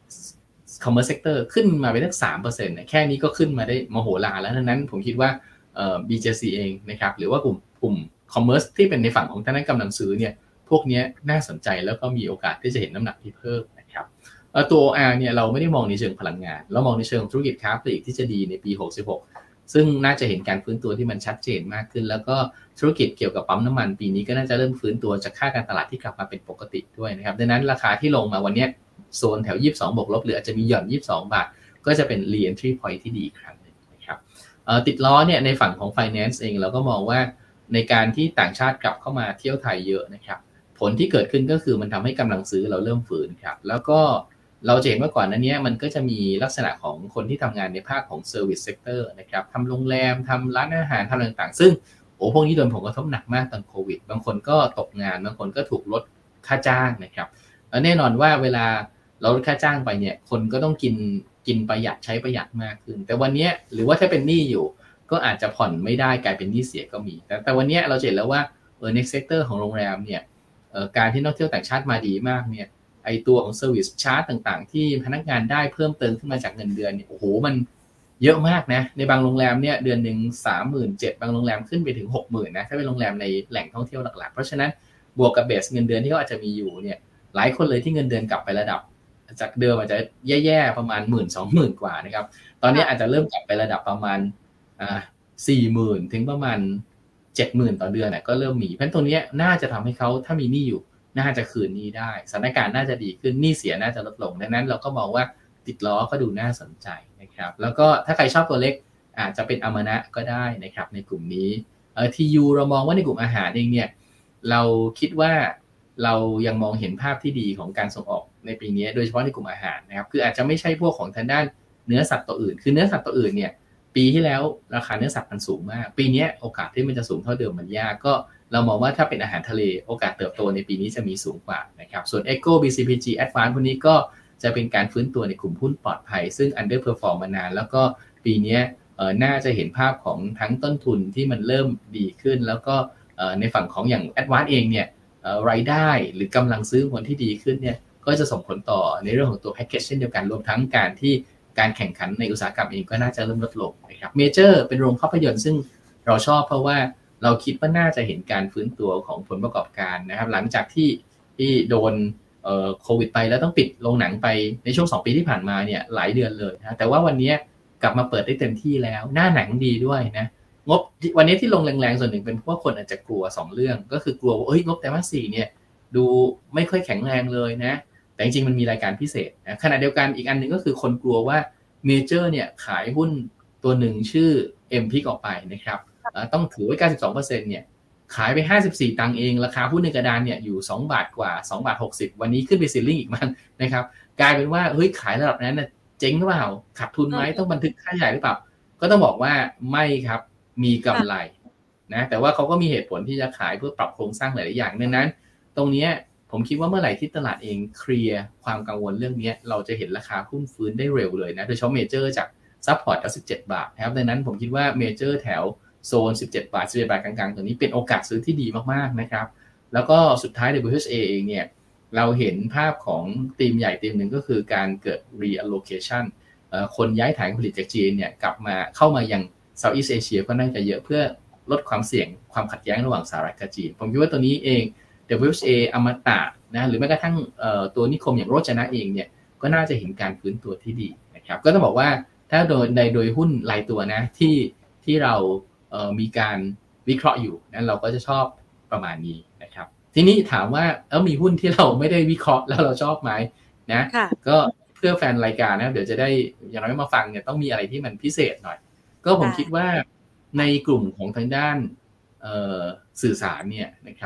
commerce sector ขึ้นมาไปสัก สามเปอร์เซ็นต์ เนี่ยแค่นี้ก็ขึ้นมาได้มโหฬารแล้วดังนั้นผมคิดว่าเอ่อ บี เจ ซี เองนะครับหรือว่ากลุ่มกลุ่ม commerce ที่เป็นในฝั่งของทางด้านกำลังซื้อเนี่ยพวกนี้น่าสนใจแล้วก็มีโอกาสที่จะเห็นน้ำหนักที่เพิ่มนะครับเอ่อตัว โอ อาร์ เนี่ยเราไม่ได้มองในเชิงพลังงานเรามองในเชิงธุรกิจค้าปลีกที่จะดีในปีหกสิบหกซึ่งน่าจะเห็นการฟื้นตัวที่มันชัดเจนมากขึ้นแล้วก็ธุรกิจเกี่ยวกับปั๊มน้ำมันปีนี้ก็น่าจะเริ่มฟื้นตัวจากค่าการตลาดที่กลับมาเป็นปกติด้วยนะครับดังนั้นราคาที่ลงมาวันนี้โซนแถวยี่สิบสองบวกลบหรืออาจจะมีหย่อนยี่สิบสองบาทก็จะเป็น re-entry point ที่ดีอีกครั้งนึงนะครับเอ่อติดล้อเนี่ยในฝั่งของ finance เองเราก็มองว่าในการที่ต่างชาติกลับเข้ามาเที่ยวไทยเยอะนะครับผลที่เกิดขึ้นก็คือมันทำให้กำลังซื้อเราเริ่มฝืนครับแล้วก็เราจะเห็นว่าก่อนหน้านี้มันก็จะมีลักษณะของคนที่ทำงานในภาคของ service sector นะครับทำโรงแรมทำร้านอาหารทำอะไรต่างๆซึ่งโอ้พวกนี้โดนผลกระทบหนักมากตอนโควิดบางคนก็ตกงานบางคนก็ถูกลดค่าจ้างนะครับแล้วแน่นอนว่าเวลาเราลดค่าจ้างไปเนี่ยคนก็ต้องกินกินประหยัดใช้ประหยัดมากขึ้นแต่วันนี้หรือว่าถ้าเป็นหนี้อยู่ก็อาจจะผ่อนไม่ได้กลายเป็นหนี้เสียก็มีแต่แต่วันนี้เราเห็นแล้วว่าเออในเซกเตอร์ของโรงแรมเนี่ยเอ่อการที่นักท่องเที่ยวต่างชาติมาดีมากเนี่ยไอตัวของ service charge ต่างๆที่พนักงานได้เพิ่มเติมขึ้นมาจากเงินเดือนเนี่ยโอ้โหมันเยอะมากนะในบางโรงแรมเนี่ยเดือนนึง สามหมื่นเจ็ดพัน บางโรงแรมขึ้นไปถึง หกหมื่น นะถ้าเป็นโรงแรมในแหล่งท่องเที่ยวหลักๆเพราะฉะนั้นบวกกับเบสเงินเดือนที่เขาอาจจะมีอยู่เนี่ยหลายคนเลยที่เงินเดือนกลับไประดับจากเดิมอาจจะแย่ๆประมาณ หนึ่งหมื่น สองหมื่น กว่านะครับตอนนี้อาจจะเริ่มกลับไประดับประมาณอ่า สี่หมื่น ถึงประมาณ เจ็ดหมื่น ต่อเดือนน่ะก็เริ่มมีเพราะฉะนั้นตรงนี้น่าจะทำให้เขาถ้ามีหนี้อยู่น่าจะคืนหนี้ได้สถานการณ์น่าจะดีขึ้นหนี้เสียน่าจะลดลงดังนั้นเราก็มองว่าติดล้อก็ดูน่าสนใจนะครับแล้วก็ถ้าใครชอบตัวเล็กอาจจะเป็นอมนะก็ได้นะครับในกลุ่มนี้เอ่อ ที ยู เรามองว่าในกลุ่มอาหารเองเนี่ยเราคิดว่าเรายังมองเห็นภาพที่ดีของการส่งออกในปีนี้โดยเฉพาะในกลุ่มอาหารนะครับคืออาจจะไม่ใช่พวกของทางด้านเนื้อสัตว์ตัวอื่นคือเนื้อสัตว์ตัวอื่นเนี่ยปีที่แล้วราคาเนื้อสัตว์มันสูงมากปีนี้โอกาสที่มันจะสูงเท่าเดิมมันยากก็เรามองว่าถ้าเป็นอาหารทะเลโอกาสเติบโตในปีนี้จะมีสูงกว่านะครับส่วน Echo บี ซี พี จี Advance พวกนี้ก็จะเป็นการฟื้นตัวในกลุ่มหุ้นปลอดภัยซึ่ง underperform มานานแล้วก็ปีนี้เอ่อน่าจะเห็นภาพของทั้งต้นทุนที่มันเริ่มดีขึ้นแล้วก็เอ่อในฝั่งของอย่าง Advance เองเนี่ยเอ่อรายได้หรือกำลังซื้อคนที่ดีขึ้นเนี่ยก็จะส่งผลต่อในเรื่องของตัวแพ็คเกจเช่นเดียวกันรวมทั้งการที่การแข่งขันในอุตสาหกรรมเองก็น่าจะเริ่มลดลงนะครับเมเจอร์เป็นโรงภาพยนตร์ซึ่งเราชอบเพราะว่าเราคิดว่าน่าจะเห็นการฟื้นตัวของผลประกอบการนะครับหลังจากที่ที่โดนเอ่อโควิดไปแล้วต้องปิดโรงหนังไปในช่วงสองปีที่ผ่านมาเนี่ยหลายเดือนเลยนะแต่ว่าวันนี้กลับมาเปิดได้เต็มที่แล้วหน้าหนังดีด้วยนะงบวันนี้ที่ลงแรงๆส่วนหนึ่งเป็นเพราะว่าคนอาจจะกลัวสองเรื่องก็คือกลัวว่าเอ้ยงบไตรมาสสี่เนี่ยดูไม่ค่อยแข็งแรงเลยนะแต่จริงๆมันมีรายการพิเศษนะขณะเดียวกันอีกอันนึงก็คือคนกลัวว่าเมเจอร์เนี่ยขายหุ้นตัวหนึ่งชื่อ เอ็ม พี ออกไปนะครับต้องถือไว้ เก้าสิบสองเปอร์เซ็นต์ เนี่ยขายไปห้าสิบสี่ตังค์เองราคาหุ้นในกระดานเนี่ยอยู่สองบาทกว่าสองบาทหกสิบวันนี้ขึ้นไปซีลิ่งอีกมั้งนะครับกลายเป็นว่าเฮ้ยขายระดับนั้นน่ะเจ๊งหรือเปล่าขาดทุนไหมต้องบันทึกค่าใหญ่หรือเปล่าก็ต้องบอกว่าไม่ครับมีกำไรนะแต่ว่าเขาก็มีเหตุผลที่จะขายเพื่อปรับโครงสร้างหลายๆอย่างดังนั้นตรงนี้ผมคิดว่าเมื่อไหร่ที่ตลาดเองเคลียร์ความกังวลเรื่องนี้เราจะเห็นราคาหุ้นฟื้นได้เร็วเลยนะโดยเฉพาะเมเจอร์จากซัพพอร์ตแถวสิบเจ็ดบาทนะครับดังนั้นผมคิดว่าเมเจอร์แถวโซนสิบเจ็ดบาทสิบเอ็ดบาทกลางๆตัวนี้เป็นโอกาสซื้อที่ดีมากๆนะครับแล้วก็สุดท้าย ดับเบิลยู เอช เอ เองเนี่ยเราเห็นภาพของธีมใหญ่ธีมหนึ่งก็คือการเกิด reallocation เอ่อคนย้ายฐานผลิตจากจีนเนี่ยกลับมาเข้ามายัง Southeast Asia ก็น่าจะเยอะเพื่อลดความเสี่ยงความขัดแย้งระหว่างสหรัฐกับจีนผมคิดว่าตัวนี้เอง ดับเบิลยู เอช เอ อมตะนะหรือแม้กระทั่งเอ่อตัวนิคมอย่างโรจนะเองเนี่ยก็น่าจะเห็นการฟื้นตัวที่ดีนะครับก็ต้องบอกว่าถ้าโดยในโดยหุ้นรายตัวนะที่ที่เราเอ่อมีการวิเคราะห์อยู่นั้นเราก็จะชอบประมาณนี้นะครับทีนี้ถามว่าเออมีหุ้นที่เราไม่ได้วิเคราะห์แล้วเราชอบไหมนะก็เพื่อแฟนรายการนะเดี๋ยวจะได้อย่างน้อยมาฟังเนี่ยต้องมีอะไรที่มันพิเศษหน่อยก็ผมคิดว่าในกลุ่มของทางด้านเอ่อสื่อสารเนี่ยนะครับเ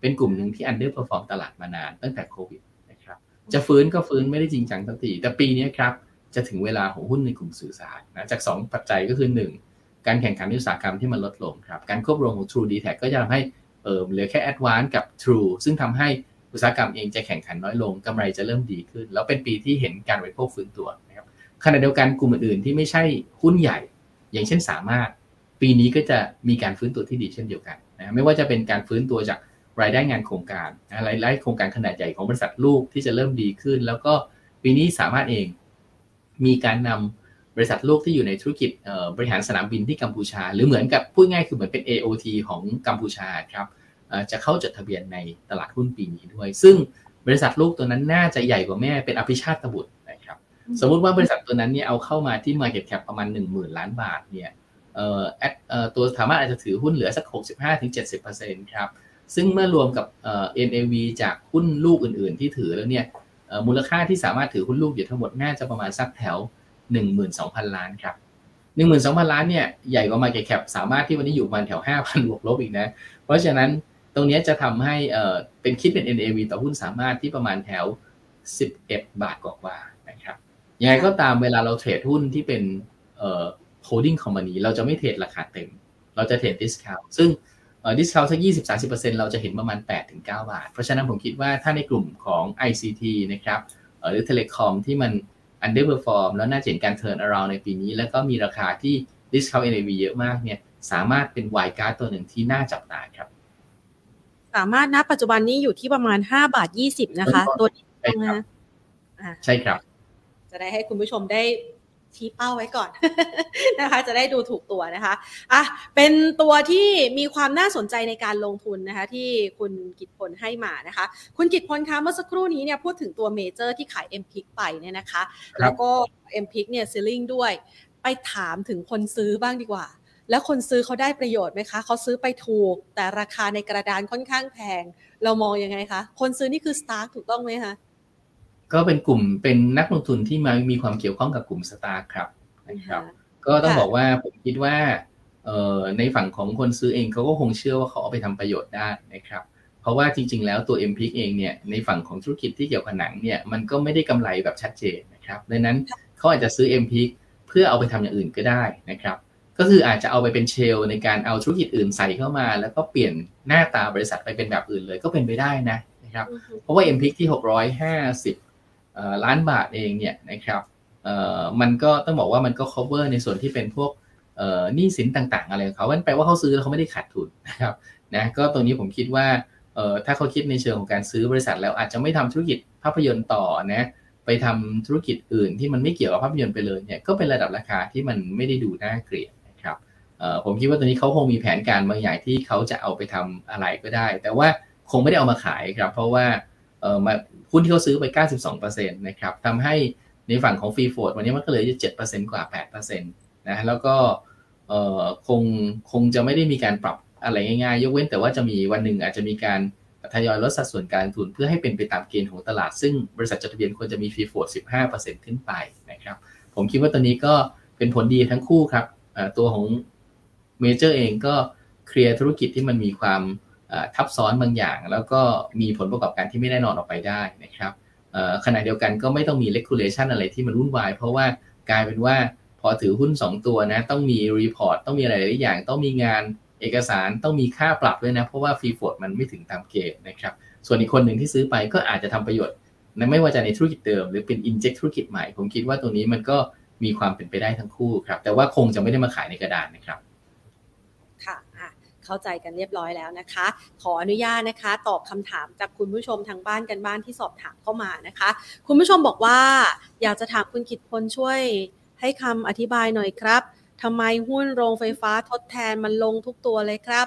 เป็นกลุ่มหนึ่งที่ underperform ตลาดมานานตั้งแต่โควิดนะครับจะฟื้นก็ฟื้นไม่ได้จริงจังสักทีแต่ปีนี้ครับจะถึงเวลาของหุ้นในกลุ่มสื่อสารนะจากสองปัจจัยก็คือหนึ่งการแข่งขันในอุตสาหกรรมที่มันลดลงครับการควบรวมของ True ดี แท็ก ก็จะทำให้เออเหลือแค่ Advance กับ True ซึ่งทำให้อุตสาหกรรมเองจะแข่งขันน้อยลงกำไรจะเริ่มดีขึ้นแล้วเป็นปีที่เห็นการบริโภคฟื้นตัวนะครับขณะเดียวกันกลุ่มอื่นๆที่ไม่ใช่หุ้นใหญ่อย่างเช่นสามารถปีนี้ก็จะมีการฟื้นตัวที่ดีเช่นเดียวกันนะไม่ว่าจะเป็นการฟื้นตัวจากรายได้งานโครงการรายได้โครงการขนาดใหญ่ของบริษัทลูกที่จะเริ่มดีขึ้นแล้วก็ปีนี้สามารถเองมีการนำบริษัทลูกที่อยู่ในธุรกิจบริหารสนามบินที่กัมพูชาหรือเหมือนกับพูดง่ายคือเหมือนเป็น เอ โอ ที ของกัมพูชาครับจะเข้าจดทะเบียนในตลาดหุ้นปีนี้ด้วยซึ่งบริษัทลูกตัวนั้นน่าจะใหญ่กว่าแม่เป็นอภิชาติบุตรนะครับสมมุติว่าบริษัทตัวนั้นเนี่ยเอาเข้ามาที่ market cap ประมาณ หนึ่งหมื่น ล้านบาทเนี่ยเอ่อเอ่อตัวสามารถอาจจะถือหุ้นเหลือสัก หกสิบห้าถึงเจ็ดสิบเปอร์เซ็นต์ ครับซึ่งเมื่อรวมกับเอ่อ เอ็น เอ วี จากหุ้นลูกอื่นๆที่ถือแล้วเนี่ยเอ่อมูลค่าที่สามารถถือหุ้นลูกอยู่ทั้งหมดน่าจะประมาณสักแถว หนึ่งหมื่นสองพัน ล้านครับ หนึ่งหมื่นสองพัน ล้านเนี่ยใหญ่กว่า market cap สามารถที่วันนี้อยู่ประมาณแถว ห้าพัน บวกลบอีกนะเพราะฉะนั้นตรงนี้จะทำให้เอ่อเป็นคิดเป็น เอ็น เอ วี ต่อหุ้นสามารถที่ประมาณแถวสิบเอ็ดบาทกว่าๆนะครับยังไงก็ตามเวลาเราเทรดหุ้นที่เป็นเอ่อ holding company เราจะไม่เทรดราคาเต็มเราจะเทรด discount ซึ่งเอ่อ discount สัก ยี่สิบถึงสามสิบเปอร์เซ็นต์ เราจะเห็นประมาณ แปดถึงเก้า บาทเพราะฉะนั้นผมคิดว่าถ้าในกลุ่มของ ไอ ซี ที นะครับเอ่อหรือ telecom ที่มัน underperform แล้วน่าจะเห็นการ turn around ในปีนี้แล้วก็มีราคาที่ discount เอ็น เอ วี เยอะมากเนี่ยสามารถเป็น wild card ตัวหนึ่งที่น่าจับตาครับ
สามารถณปัจจุบันนี้อยู่ที่ประมาณห้าบาทยี่สิบนะคะตัวนี้นะ
ใช่ครับ
จะได้ให้คุณผู้ชมได้ชี้เป้าไว้ก่อน นะคะจะได้ดูถูกตัวนะคะอ่ะเป็นตัวที่มีความน่าสนใจในการลงทุนนะคะที่คุณกิตพลให้มานะคะคุณกิตพลคะเมื่อสักครู่นี้เนี่ยพูดถึงตัวเมเจอร์ที่ขาย เอ็ม พี ไอ ซี ไปเนี่ยนะคะแล้วก็ เอ็ม พี ไอ ซี เนี่ยซีลิ่งด้วยไปถามถึงคนซื้อบ้างดีกว่าแล้วคนซื้อเขาได้ประโยชน์ไหมคะเขาซื้อไปถูกแต่ราคาในกระดานค่อนข้างแพงเรามองยังไงคะคนซื้อนี่คือ Stark ถูกต้องไหมคะ
ก็เป็นกลุ่มเป็นนักลงทุนที่มามีความเกี่ยวข้องกับกลุ่ม Stark ครับนะครับก็ต้องบอกว่าผมคิดว่าในฝั่งของคนซื้อเองเขาก็คงเชื่อว่าเขาเอาไปทำประโยชน์ได้นะครับเพราะว่าจริงๆแล้วตัว เอ็ม พี ไอ ซี เองเนี่ยในฝั่งของธุรกิจที่เกี่ยวกับหนังเนี่ยมันก็ไม่ได้กำไรแบบชัดเจนนะครับดังนั้นเขาอาจจะซื้อ เอ็ม พี ไอ ซี เพื่อเอาไปทำอย่างอื่นก็ได้นะครับก็คืออาจจะเอาไปเป็นเชลในการเอาธุรกิจอื่นใส่เข้ามาแล้วก็เปลี่ยนหน้าตาบริษัทไปเป็นแบบอื่นเลยก็เป็นไปได้นะนะครับเพราะว่า เอ็ม พี ไอ ซี ที่หกร้อยห้าสิบล้านบาทเองเนี่ยนะครับมันก็ต้องบอกว่ามันก็ cover ในส่วนที่เป็นพวกหนี้สินต่างๆอะไรของเขาแปลว่าเขาซื้อแล้วเขาไม่ได้ขาดทุนนะครับนะก็ตรงนี้ผมคิดว่าถ้าเขาคิดในเชิงของการซื้อบริษัทแล้วอาจจะไม่ทำธุรกิจภาพยนตร์ต่อนะไปทำธุรกิจอื่นที่มันไม่เกี่ยวกับภาพยนตร์ไปเลยเนี่ยก็เป็นระดับราคาที่มันไม่ได้ดูน่าเกลียดนะครับผมคิดว่าตอนนี้เขาคงมีแผนการบางอย่างที่เขาจะเอาไปทำอะไรก็ได้แต่ว่าคงไม่ได้เอามาขายครับเพราะว่าหุ้นที่เขาซื้อไป เก้าสิบสองเปอร์เซ็นต์ นะครับทำให้ในฝั่งของฟรีโฟลต์วันนี้มันก็เหลืออยู่ เจ็ดเปอร์เซ็นต์ กว่า แปดเปอร์เซ็นต์ นะแล้วก็คงคงจะไม่ได้มีการปรับอะไรง่ายๆยกเว้นแต่ว่าจะมีวันหนึ่งอาจจะมีการทยอยลดสัดส่วนการลงทุนเพื่อให้เป็นไปตามเกณฑ์ของตลาดซึ่งบริษัทจดทะเบียนควรจะมีฟรีโฟลต์ สิบห้าเปอร์เซ็นต์ ขึ้นไปนะครับผมคิดว่าตอนนี้ก็เป็นผลดีทั้งคู่ครับตัวของเมเจอร์เองก็เคลียร์ธุรกิจที่มันมีความทับซ้อนบางอย่างแล้วก็มีผลประกอบการที่ไม่แน่นอนออกไปได้นะครับขณะเดียวกันก็ไม่ต้องมี regulation อะไรที่มันวุ่นวายเพราะว่ากลายเป็นว่าพอถือหุ้นสองตัวนะต้องมี report ต้องมีอะไรหลายอย่างต้องมีงานเอกสารต้องมีค่าปรับด้วยนะเพราะว่าฟรีโฟลต์มันไม่ถึงตามเกณฑ์นะครับส่วนอีกคนหนึ่งที่ซื้อไปก็อาจจะทำประโยชน์ไม่ว่าจะในธุรกิจเดิมหรือเป็น inject ธุรกิจใหม่ผมคิดว่าตรงนี้มันก็มีความเป็นไปได้ทั้งคู่ครับแต่ว่าคงจะไม่ได้มาขายในกระดานนะครับ
ค่ะเข้าใจกันเรียบร้อยแล้วนะคะขออนุญาตนะคะตอบคำถามจากคุณผู้ชมทางบ้านกันบ้านที่สอบถามเข้ามานะคะคุณผู้ชมบอกว่าอยากจะถามคุณกิตพลช่วยให้คำอธิบายหน่อยครับทำไมหุ้นโรงไฟฟ้าทดแทนมันลงทุกตัวเลยครับ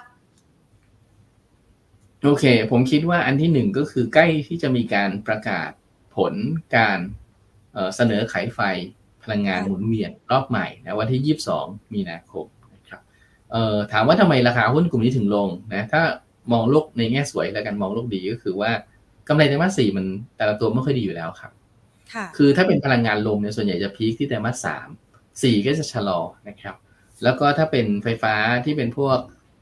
โอเคผมคิดว่าอันที่หนึ่งก็คือใกล้ที่จะมีการประกาศผลการเสนอขายไฟพลังงานหมุนเวียนรอบใหม่นะวันที่ยี่สิบสองมีนาคมนะครับถามว่าทำไมราคาหุ้นกลุ่มนี้ถึงลงนะถ้ามองโลกในแง่สวยแล้วกันมองโลกดีก็คือว่ากำไรไตรมาสสี่มันแต่ละตัวไม่ค่อยดีอยู่แล้วครับคือถ้าเป็นพลังงานลมเนี่ยส่วนใหญ่จะพีคที่ไตรมาสสามสี่ก็จะชะลอนะครับแล้วก็ถ้าเป็นไฟฟ้าที่เป็นพวก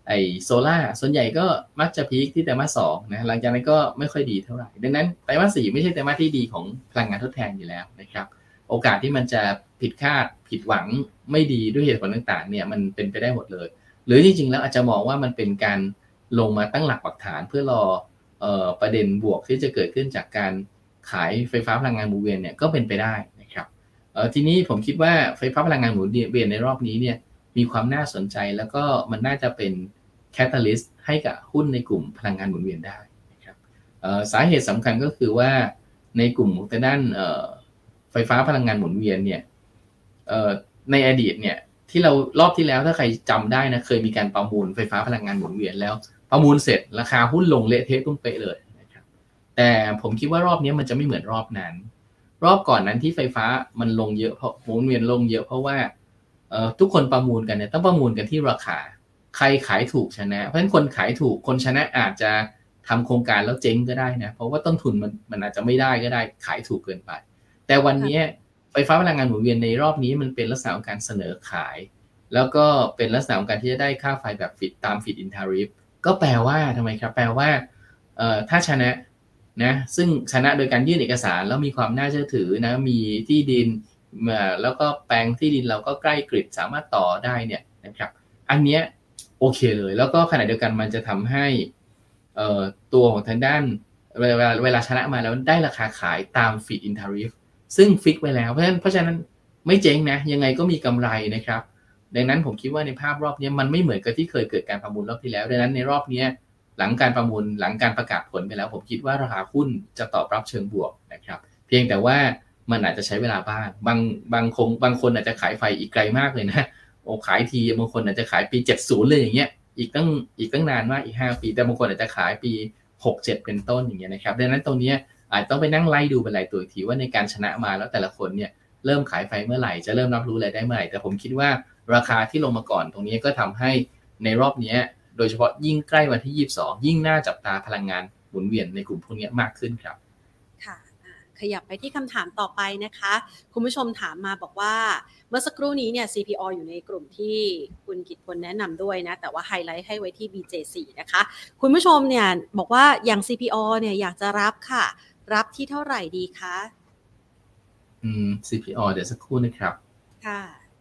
ไอ้โซล่าส่วนใหญ่ก็มักจะพีคที่ไตรมาสสองนะหลังจากนั้นก็ไม่ค่อยดีเท่าไหร่ดังนั้นไตรมาสสี่ไม่ใช่ไตรมาสที่ดีของพลังงานทดแทนอยู่แล้วนะครับโอกาสที่มันจะผิดคาดผิดหวังไม่ดีด้วยเหตุผลต่างๆเนี่ยมันเป็นไปได้หมดเลยหรือจริงๆแล้วอาจจะมองว่ามันเป็นการลงมาตั้งหลักปักฐานเพื่อรอเอ่อประเด็นบวกที่จะเกิดขึ้นจากการขายไฟฟ้าพลังงานหมุนเวียนเนี่ยก็เป็นไปได้นะครับเอ่อทีนี้ผมคิดว่าไฟฟ้าพลังงานหมุนเวียนในรอบนี้เนี่ยมีความน่าสนใจแล้วก็มันน่าจะเป็นแคตาลิสต์ให้กับหุ้นในกลุ่มพลังงานหมุนเวียนได้นะครับสาเหตุสำคัญก็คือว่าในกลุ่มของด้านไฟฟ้าพลังงานหมุนเวียนเนี่ยในอดีตเนี่ยที่เรารอบที่แล้วถ้าใครจำได้นะเคยมีการประมูลไฟฟ้าพลังงานหมุนเวียนแล้วประมูลเสร็จราคาหุ้นลงเละเทะตุ้มเป๊ะเลยนะครับแต่ผมคิดว่ารอบนี้มันจะไม่เหมือนรอบนั้นรอบก่อนนั้นที่ไฟฟ้ามันลงเยอะเพราะหมุนเวียนลงเยอะเพราะว่าทุกคนประมูลกันเนี่ยต้องประมูลกันที่ราคาใครขายถูกชนะเพราะฉะนั้นคนขายถูกคนชนะอาจจะทำโครงการแล้วเจ๊งก็ได้นะเพราะว่าต้นทุนมันมันอาจจะไม่ได้ก็ได้ขายถูกเกินไปแต่วันนี้ไฟฟ้าพลังงานหมุนเวียนในรอบนี้มันเป็นลักษณะของการเสนอขายแล้วก็เป็นลักษณะของการที่จะได้ค่าไฟแบบฟิตตามฟิตอินทาริฟก็แปลว่าทำไมครับแปลว่าเอ่อถ้าชนะนะซึ่งชนะโดยการยื่นเอกสารแล้วมีความน่าเชื่อถือนะมีที่ดินแล้วก็แปลงที่ดินเราก็ใกล้กริดสามารถต่อได้เนี่ยนะครับอันเนี้ยโอเคเลยแล้วก็ขณะเดียวกันมันจะทำให้เอ่อตัวของทางด้านเวลาเวลาชนะมาแล้วได้ราคาขายตามฟิตอินทาริฟซึ่งฟิกไว้แล้วเพราะฉะนั้นเพราะฉะนั้นไม่เจ๊งนะยังไงก็มีกำไรนะครับดังนั้นผมคิดว่าในภาพรอบนี้มันไม่เหมือนกับที่เคยเกิดการประมูลรอบที่แล้วดังนั้นในรอบนี้หลังการประมูลหลังการประกาศผลไปแล้วผมคิดว่าราคาหุ้นจะตอบรับเชิงบวกนะครับเพียงแต่ว่ามันอาจจะใช้เวลาบ้างบางบางคงบางคนอาจจะขายไฟอีกไกลมากเลยนะโอ้ขายทีบางคนอาจจะขายปีเจ็ดสิบเลยอย่างเงี้ยอีกตั้งอีกตั้งนานมากอีกห้าปีแต่บางคนอาจจะขายปีหก เจ็ดเป็นต้นอย่างเงี้ยนะครับดังนั้นตรงนี้อาจต้องไปนั่งไล่ดูเป็นรายตัวอีกทีว่าในการชนะมาแล้วแต่ละคนเนี่ยเริ่มขายไฟเมื่อไหร่จะเริ่มรับรู้อะไรได้เมื่อไหร่แต่ผมคิดว่าราคาที่ลงมาก่อนตรงนี้ก็ทำให้ในรอบนี้โดยเฉพาะยิ่งใกล้วันที่ยี่สิบสองยิ่งน่าจับตาพลังงานหมุนเวียนในกลุ่มพวกนี้มากขึ้นครับ
ค่ะขยับไปที่คำถามต่อไปนะคะคุณผู้ชมถามมาบอกว่าเมื่อสักครู่นี้เนี่ย ซี พี โอ อยู่ในกลุ่มที่คุณกิตพลแนะนำด้วยนะแต่ว่าไฮไลท์ให้ไว้ที่ บี เจ โฟร์ นะคะคุณผู้ชมเนี่ยบอกว่าอย่าง ซี พี โอ เนี่ยอยากจะรับค่ะรับที่เท่าไหร่ดีคะ
อืม ซี พี โอ เดี๋ยวสักครู่นะครับ
ค่ะ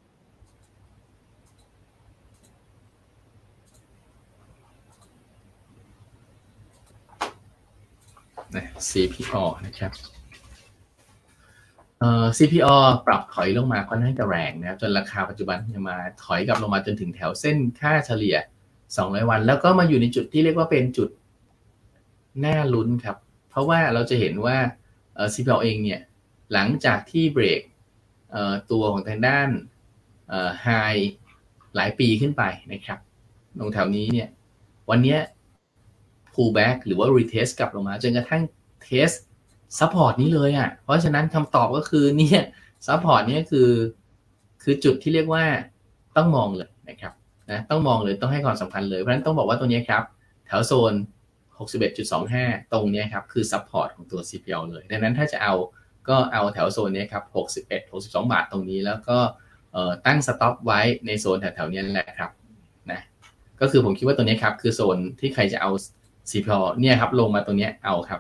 นะ ซี พี โอ นะครับเอ่อ ซี พี โอ ปรับถอยลงมาค่อนข้างจะแรงนะครับจนราคาปัจจุบันมาถอยกลับลงมาจนถึงแถวเส้นค่าเฉลี่ยสองร้อยวันแล้วก็มาอยู่ในจุดที่เรียกว่าเป็นจุดน่าลุ้นครับเพราะว่าเราจะเห็นว่าเอ่อ ซี พี โอ เองเนี่ยหลังจากที่เบรกเอ่อตัวของทางด้านเอ่อ high หลายปีขึ้นไปนะครับตรงแถวนี้เนี่ยวันนี้ pull back หรือว่า retest กลับลงมาจนกระทั่ง test support นี้เลยอ่ะเพราะฉะนั้นคำตอบก็คือเนี่ย support นี้คือคือจุดที่เรียกว่าต้องมองเลยนะครับนะต้องมองเลยต้องให้ความสำคัญเลยเพราะฉะนั้นต้องบอกว่าตัวนี้ครับแถวโซน หกสิบเอ็ดจุดสองห้า ตรงนี้ครับคือ support ของตัว ซี พี โอ เลยดังนั้นถ้าจะเอาก็เอาแถวโซนนี้ครับหกสิบเอ็ด หกสิบสองบาทตรงนี้แล้วก็ตั้ง stop ไว้ในโซนแถวๆนี้แหละครับนะก็คือผมคิดว่าตัวนี้ครับคือโซนที่ใครจะเอา ซี พี โอ เนี่ยครับลงมาตรงนี้เอาครับ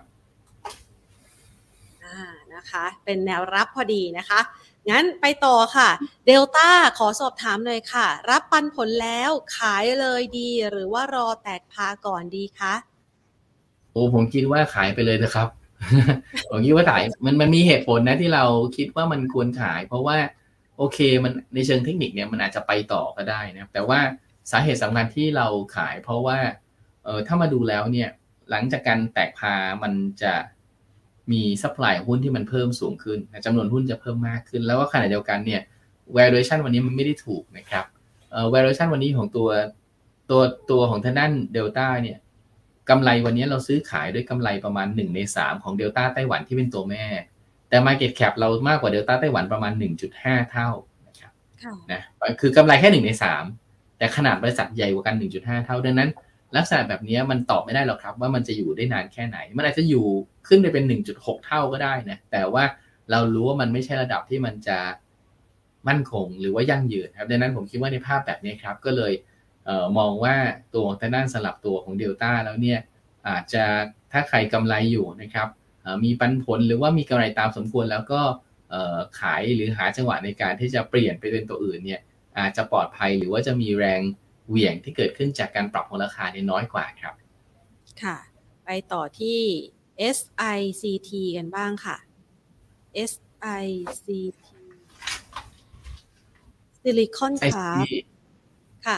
อ่านะคะเป็นแนวรับพอดีนะคะงั้นไปต่อค่ะเดลต้าขอสอบถามเลยค่ะรับปันผลแล้วขายเลยดีหรือว่ารอแตกพาก่อนดีคะ
โอ้ผมคิดว่าขายไปเลยนะครับ ผมคิดว่าขายมันมันมีเหตุผลนะที่เราคิดว่ามันควรขายเพราะว่าโอเคมันในเชิงเทคนิคเนี่ยมันอาจจะไปต่อก็ได้นะแต่ว่าสาเหตุสำคัญที่เราขายเพราะว่าเออถ้ามาดูแล้วเนี่ยหลังจากการแตกพามันจะมีซัพพลายหุ้นที่มันเพิ่มสูงขึ้นจำนวนหุ้นจะเพิ่มมากขึ้นแล้วก็ขณะเดียวกันเนี่ย valuation วันนี้มันไม่ได้ถูกนะครับเอ่อ valuation วันนี้ของตัวตัวตัวของทางด้าน Delta เนี่ยกำไรวันนี้เราซื้อขายด้วยกำไรประมาณหนึ่งในสามของ Delta ไต้หวันที่เป็นตัวแม่แต่ Market Cap เรามากกว่า Delta ไต้หวันประมาณ หนึ่งจุดห้า เท่านะครับนะคือกำไรแค่หนึ่งในสามแต่ขนาดบริษัทใหญ่กว่ากัน หนึ่งจุดห้า เท่าดังนั้นลักษณะแบบนี้มันตอบไม่ได้หรอกครับว่ามันจะอยู่ได้นานแค่ไหนมันอาจจะอยู่ขึ้นไปเป็น หนึ่งจุดหก เท่าก็ได้นะแต่ว่าเรารู้ว่ามันไม่ใช่ระดับที่มันจะมั่นคงหรือว่ายั่งยืนครับดังนั้นผมคิดว่าในภาพแบบนี้ครับก็เลยเอ่อมองว่าตัวของทางด้านสลับตัวของ Delta แล้วเนี่ยอาจจะถ้าใครกำไรอยู่นะครับมีปันผลหรือว่ามีกำไรตามสมควรแล้วก็ขายหรือหาจังหวะในการที่จะเปลี่ยนไปเป็นตัวอื่นเนี่ยอาจจะปลอดภัยหรือว่าจะมีแรงเหวี่ยงที่เกิดขึ้นจากการปรับของราคาเนี่ยน้อยกว่าครับ
ค่ะไปต่อที่ เอส ไอ ซี ที กันบ้างค่ะ เอส ไอ ซี ที Silicon Card ค่ะ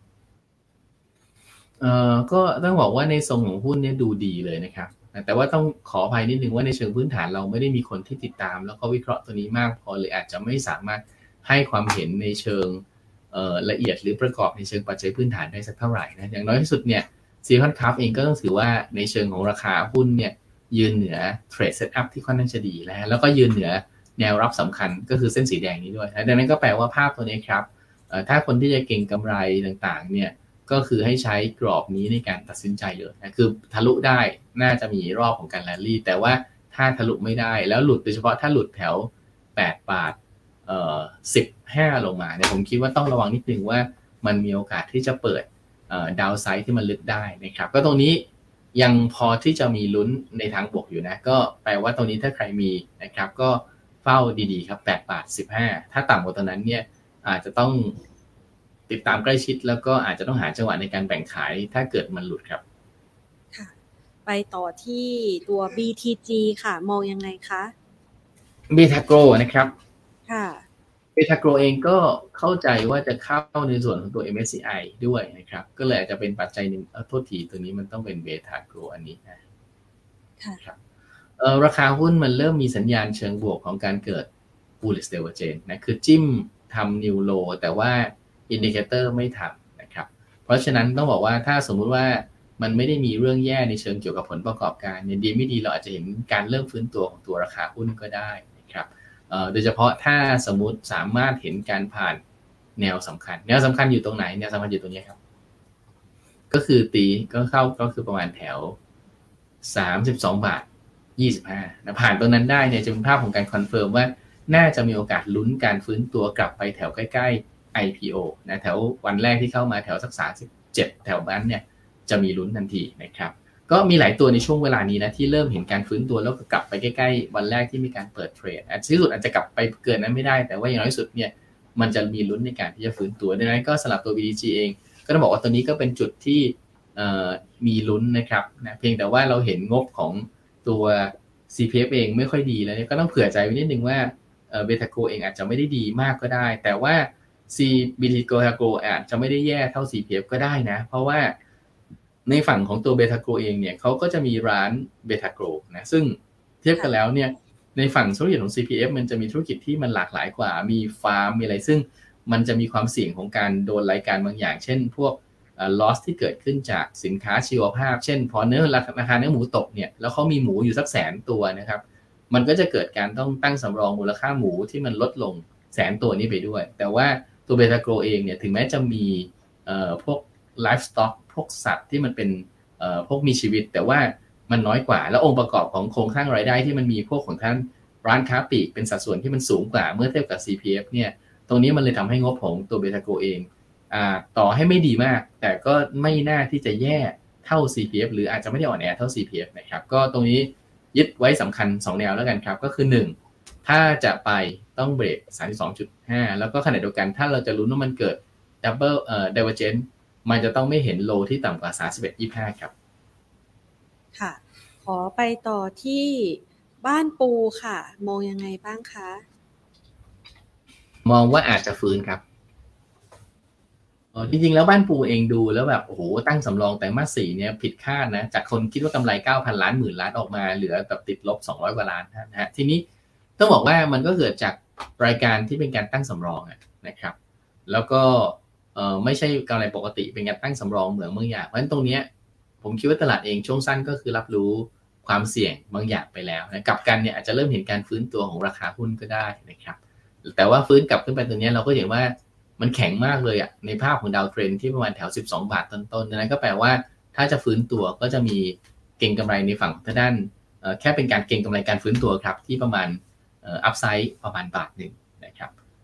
เอ่อก็ต้องบอกว่าในทรงของหุ้นเนี่ยดูดีเลยนะครับแต่ว่าต้องขออภัยนิดนึงว่าในเชิงพื้นฐานเราไม่ได้มีคนที่ติดตามแล้วก็วิเคราะห์ตัวนี้มากพอเลยอาจจะไม่สามารถให้ความเห็นในเชิงละเอียดหรือประกอบในเชิงปัจจัยพื้นฐานได้สักเท่าไหร่นะอย่างน้อยที่สุดเนี่ยซีคอนคราฟเองก็ต้องถือว่าในเชิงของราคาหุ้นเนี่ยยืนเหนือเทรดเซตอัพที่ค่อนข้างจะดีแล้วแล้วก็ยืนเหนือแนวรับสำคัญก็คือเส้นสีแดงนี้ด้วยดังนั้นก็แปลว่าภาพตัวนี้ครับถ้าคนที่จะเก็งกำไรต่างๆเนี่ยก็คือให้ใช้กรอบนี้ในการตัดสินใจเลยนะคือทะลุได้น่าจะมีรอบของการแรลลี่แต่ว่าถ้าทะลุไม่ได้แล้วหลุดโดยเฉพาะถ้าหลุดแถวแปดบาทเอ่อสิบห้าลงมาเนี่ยผมคิดว่าต้องระวังนิดนึงว่ามันมีโอกาสที่จะเปิดเอ่อดาวไซด์ที่มันลึกได้นะครับก็ตรงนี้ยังพอที่จะมีลุ้นในทางบวกอยู่นะก็แปลว่าตรงนี้ถ้าใครมีนะครับก็เฝ้าดีๆครับแปดบาทสิบห้าถ้าต่ำกว่าตรงนั้นเนี่ยอาจจะต้องติดตามใกล้ชิดแล้วก็อาจจะต้องหาจังหวะในการแบ่งขายถ้าเกิดมันหลุดครับ
ค่ะไปต่อที่ตัว บี ที จี ค่ะมองยังไงคะ
เบทาโกรนะครับ
ค่ะ
เบทาโกรเองก็เข้าใจว่าจะเข้าในส่วนของตัว เอ็ม เอส ซี ไอ ด้วยนะครับก็เลยอาจจะเป็นปัจจัยหนึ่งเออโทษทีตัวนี้มันต้องเป็นเบทาโกรอันนี้นะ
ค่ะ
ครับเอ่อราคาหุ้นมันเริ่มมีสัญญาณเชิงบวกของการเกิด bullish divergence นะคือจิ้มทำ new low แต่ว่าอินดิเคเตอร์ไม่ทำนะครับเพราะฉะนั้นต้องบอกว่าถ้าสมมุติว่ามันไม่ได้มีเรื่องแย่ในเชิงเกี่ยวกับผลประกอบการเนี่ยดีไม่ดีเราอาจจะเห็นการเริ่มฟื้นตัวของตัวราคาหุ้นก็ได้นะครับโดยเฉพาะถ้าสมมุติสามารถเห็นการผ่านแนวสำคัญแนวสำคัญอยู่ตรงไหนแนวสำคัญอยู่ตรงนี้ครับก็คือตีก็เข้าก็คือประมาณแถวสามสิบสองบาทยี่สิบห้านะผ่านตรงนั้นได้เนี่ยจะเป็นภาพของการคอนเฟิร์มว่าน่าจะมีโอกาสลุ้นการฟื้นตัวกลับไปแถวใกล้ๆ ไอ พี โอ นะแถววันแรกที่เข้ามาแถวสักสามสิบเจ็ดแถวนั้นเนี่ยจะมีลุ้นทันทีนะครับก็มีหลายตัวในช่วงเวลานี้นะที่เริ่มเห็นการฟื้นตัวแล้วก็กลับไปใกล้ๆวันแรกที่มีการเปิดเทรดอาจจะที่สุดอาจจะกลับไปเกินนั้นไม่ได้แต่ว่าอย่างน้อยที่สุดเนี่ยมันจะมีลุ้นในการที่จะฟื้นตัวดังนั้นก็สำหรับตัว บี ที จี เองก็ต้องบอกว่าตัวนี้ก็เป็นจุดที่มีลุ้นนะครับนะเพียงแต่ว่าเราเห็นงบของตัว ซี พี เอฟ เองไม่ค่อยดีแล้วก็ต้องเผื่อใจไว้นิดนึงว่าเบทาโกเองอาจจะไม่ได้ดีมากก็ได้แต่ว่า C บี ที โก อาจจะไม่ได้แย่เท่า ซี พี เอฟ ก็ได้นะเพราะว่าในฝั่งของตัวเบทาโกเองเนี่ยเขาก็จะมีร้านเบทาโกนะซึ่งเทียบกันแล้วเนี่ยในฝั่งธุรกิจของ ซี พี เอฟ มันจะมีธุรกิจที่มันหลากหลายกว่ามีฟาร์มมีอะไรซึ่งมันจะมีความเสี่ยงของการโดนรายการบางอย่างเช่นพวกloss ที่เกิดขึ้นจากสินค้าชีวภาพเช่นพอเนื้อราคาเนื้อหมูตกเนี่ยแล้วเขามีหมูอยู่สักแสนตัวนะครับมันก็จะเกิดการต้องตั้งสำรองมูลค่าหมูที่มันลดลงแสนตัวนี้ไปด้วยแต่ว่าตัวเบทาโกรเองเนี่ยถึงแม้จะมีพวกไลฟ์สต็อกพวกสัตว์ที่มันเป็นพวกมีชีวิตแต่ว่ามันน้อยกว่าแล้วองค์ประกอบของโครงสร้างรายได้ที่มันมีพวกของท่านร้านค้าปลีกเป็นสัดส่วนที่มันสูงกว่าเมื่อเทียบกับ ซี พี เอฟ เนี่ยตรงนี้มันเลยทำให้งบของตัวเบทาโกรเองต่อให้ไม่ดีมากแต่ก็ไม่น่าที่จะแย่เท่า ซี พี เอฟ หรืออาจจะไม่ได้อ่อนแอเท่า ซี พี เอฟ นะครับก็ตรงนี้ยึดไว้สำคัญสองแนวแล้วกันครับก็คือหนึ่งถ้าจะไปต้องเบรก สามสิบสองจุดห้า แล้วก็ขณะเดียวกันถ้าเราจะลุ้นว่ามันเกิด double เอ่อ divergence มันจะต้องไม่เห็นโลที่ต่ำกว่า สามสิบเอ็ดจุดยี่สิบห้า ครับ
ค่ะขอไปต่อที่บ้านปูค่ะมองยังไงบ้างคะ
มองว่าอาจจะฟื้นครับจริงๆแล้วบ้านปูเองดูแล้วแบบโอ้โหตั้งสำรองแต่มาสสี่เนี่ยผิดคาดนะจากคนคิดว่ากำไร เก้าพัน ล้านหมื่นล้านออกมาเหลือแบบติดลบสองร้อยกว่าล้านนะฮะทีนี้ต้องบอกว่ามันก็เกิดจากรายการที่เป็นการตั้งสำรองนะครับแล้วก็ไม่ใช่กำไรปกติเป็นการตั้งสำรองเหมือนบางอย่างเพราะฉะนั้นตรงนี้ผมคิดว่าตลาดเองช่วงสั้นก็คือรับรู้ความเสี่ยงบางอย่างไปแล้วนะกับกันเนี่ยอาจจะเริ่มเห็นการฟื้นตัวของราคาหุ้นก็ได้นะครับแต่ว่าฟื้นกลับขึ้นไปตัวนี้เราก็เห็นว่ามันแข็งมากเลยอ่ะในภาพของดาวเทรนที่ประมาณแถวสิบสองบาทต้นๆนั้นก็แปลว่าถ้าจะฟื้นตัวก็จะมีเก็งกำไรในฝั่งทางด้านแค่เป็นการเก็งกำไรการฟื้นตัวครับที่ประมาณอัพไซด์ประมาณบาทหนึ่งนะครับ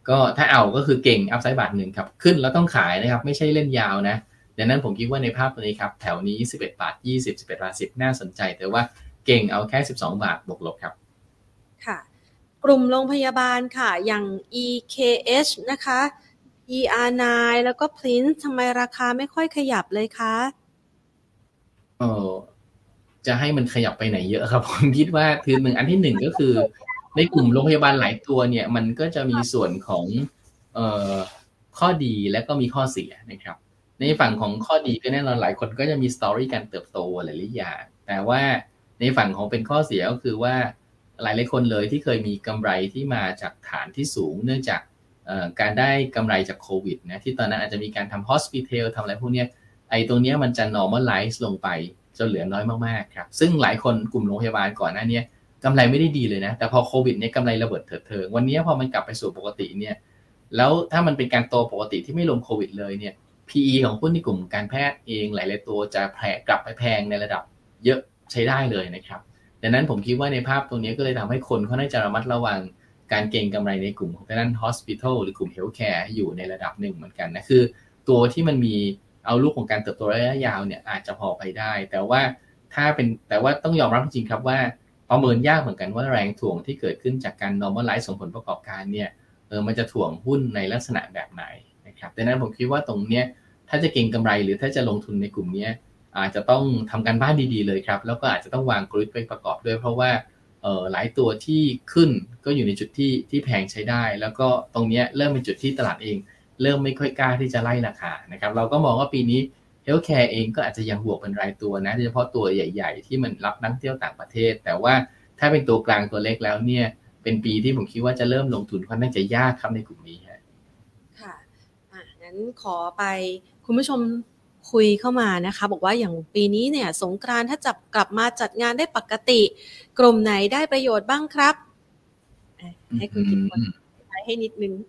ก็ถ้าเอาก็คือเก่งอัพไซด์บาทหนึ่งครับขึ้นแล้วต้องขายนะครับไม่ใช่เล่นยาวนะดังนั้นผมคิดว่าในภาพตัวนี้ครับแถวนี้สิบเอ็ดบาทยี่สิบ สิบเอ็ดบาทสิบน่าสนใจแต่ว่าเก่งเอาแค่สิบสองบาทบวกลบครับ
ค่ะกลุ่มโรงพยาบาลค่ะอย่าง อี เค เอช นะคะ อี อาร์ ไนน์ แล้วก็ Prince ทำไมราคาไม่ค่อยขยับเลยคะ
เออจะให้มันขยับไปไหนเยอะครับผมคิดว่าคือหนึ่งอันที่หนึ่งก็คือในกลุ่มโรงพยาบาลหลายตัวเนี่ยมันก็จะมีส่วนของเอ่อข้อดีและก็มีข้อเสียนะครับในฝั่งของข้อดีก็แน่นอนหลายคนก็จะมีสตอรี่การเติบโตหลายๆอย่างแต่ว่าในฝั่งของเป็นข้อเสียก็คือว่าหลายๆคนเลยที่เคยมีกำไรที่มาจากฐานที่สูงเนื่องจากการได้กำไรจากโควิดนะที่ตอนนั้นอาจจะมีการทำ hospital ทำอะไรพวกนี้ไอ้ตรงนี้มันจะ normalize ลงไปจนเหลือน้อยมากๆครับซึ่งหลายคนกลุ่มโรงพยาบาลก่อนหน้านี้กำไรไม่ได้ดีเลยนะแต่พอโควิดเนี่ยกำไรระเบิดเถิดเทิงวันนี้พอมันกลับไปสู่ปกติเนี่ยแล้วถ้ามันเป็นการโตปกติที่ไม่ลงโควิดเลยเนี่ย พี อี ของหุ้นในกลุ่มการแพทย์เองหลายๆตัวจะแพงกลับไปแพงในระดับเยอะใช้ได้เลยนะครับดังนั้นผมคิดว่าในภาพตรงนี้ก็เลยทำให้คนเขาน่าจะระมัดระวังการเก็งกำไรในกลุ่มของด้าน hospital หรือกลุ่ม healthcare อยู่ในระดับหนึ่งเหมือนกันนะคือตัวที่มันมีเอาลูกของการเติบโตระยะยาวเนี่ยอาจจะพอไปได้แต่ว่าถ้าเป็นแต่ว่าต้องยอมรับจริงๆครับว่าประเมินยากเหมือนกันว่าแรงถ่วงที่เกิดขึ้นจากการ normalize ส่งผลประกอบการเนี่ยเออมันจะถ่วงหุ้นในลักษณะแบบไหนนะครับดังนั้นผมคิดว่าตรงเนี้ยถ้าจะเก็งกำไรหรือถ้าจะลงทุนในกลุ่มนี้อาจจะต้องทำการบ้านดีๆเลยครับแล้วก็อาจจะต้องวางกลยุทธ์ไปประกอบด้วยเพราะว่าเอ่อหลายตัวที่ขึ้นก็อยู่ในจุดที่ที่แพงใช้ได้แล้วก็ตรงนี้เริ่มเป็นจุดที่ตลาดเองเริ่มไม่ค่อยกล้าที่จะไล่ราคานะครับเราก็มองว่าปีนี้ Healthcare เองก็อาจจะยังบวกเป็นรายตัวนะโดยเฉพาะตัวใหญ่ๆที่มันรับนักเที่ยวต่างประเทศแต่ว่าถ้าเป็นตัวกลางตัวเล็กแล้วเนี่ยเป็นปีที่ผมคิดว่าจะเริ่มลงทุนค่อนข้างจะยากครับในกลุ่มนี้
ค่ะอ่ะงั้นขอไปคุณผู้ชมคุยเข้ามานะคะบอกว่าอย่างปีนี้เนี่ยสงกรานต์ถ้าจับกลับมาจัดงานได้ปกติกลุ่มไหนได้ประโยชน์บ้างครับให้คุณกิตติใช้ให้นิดนึง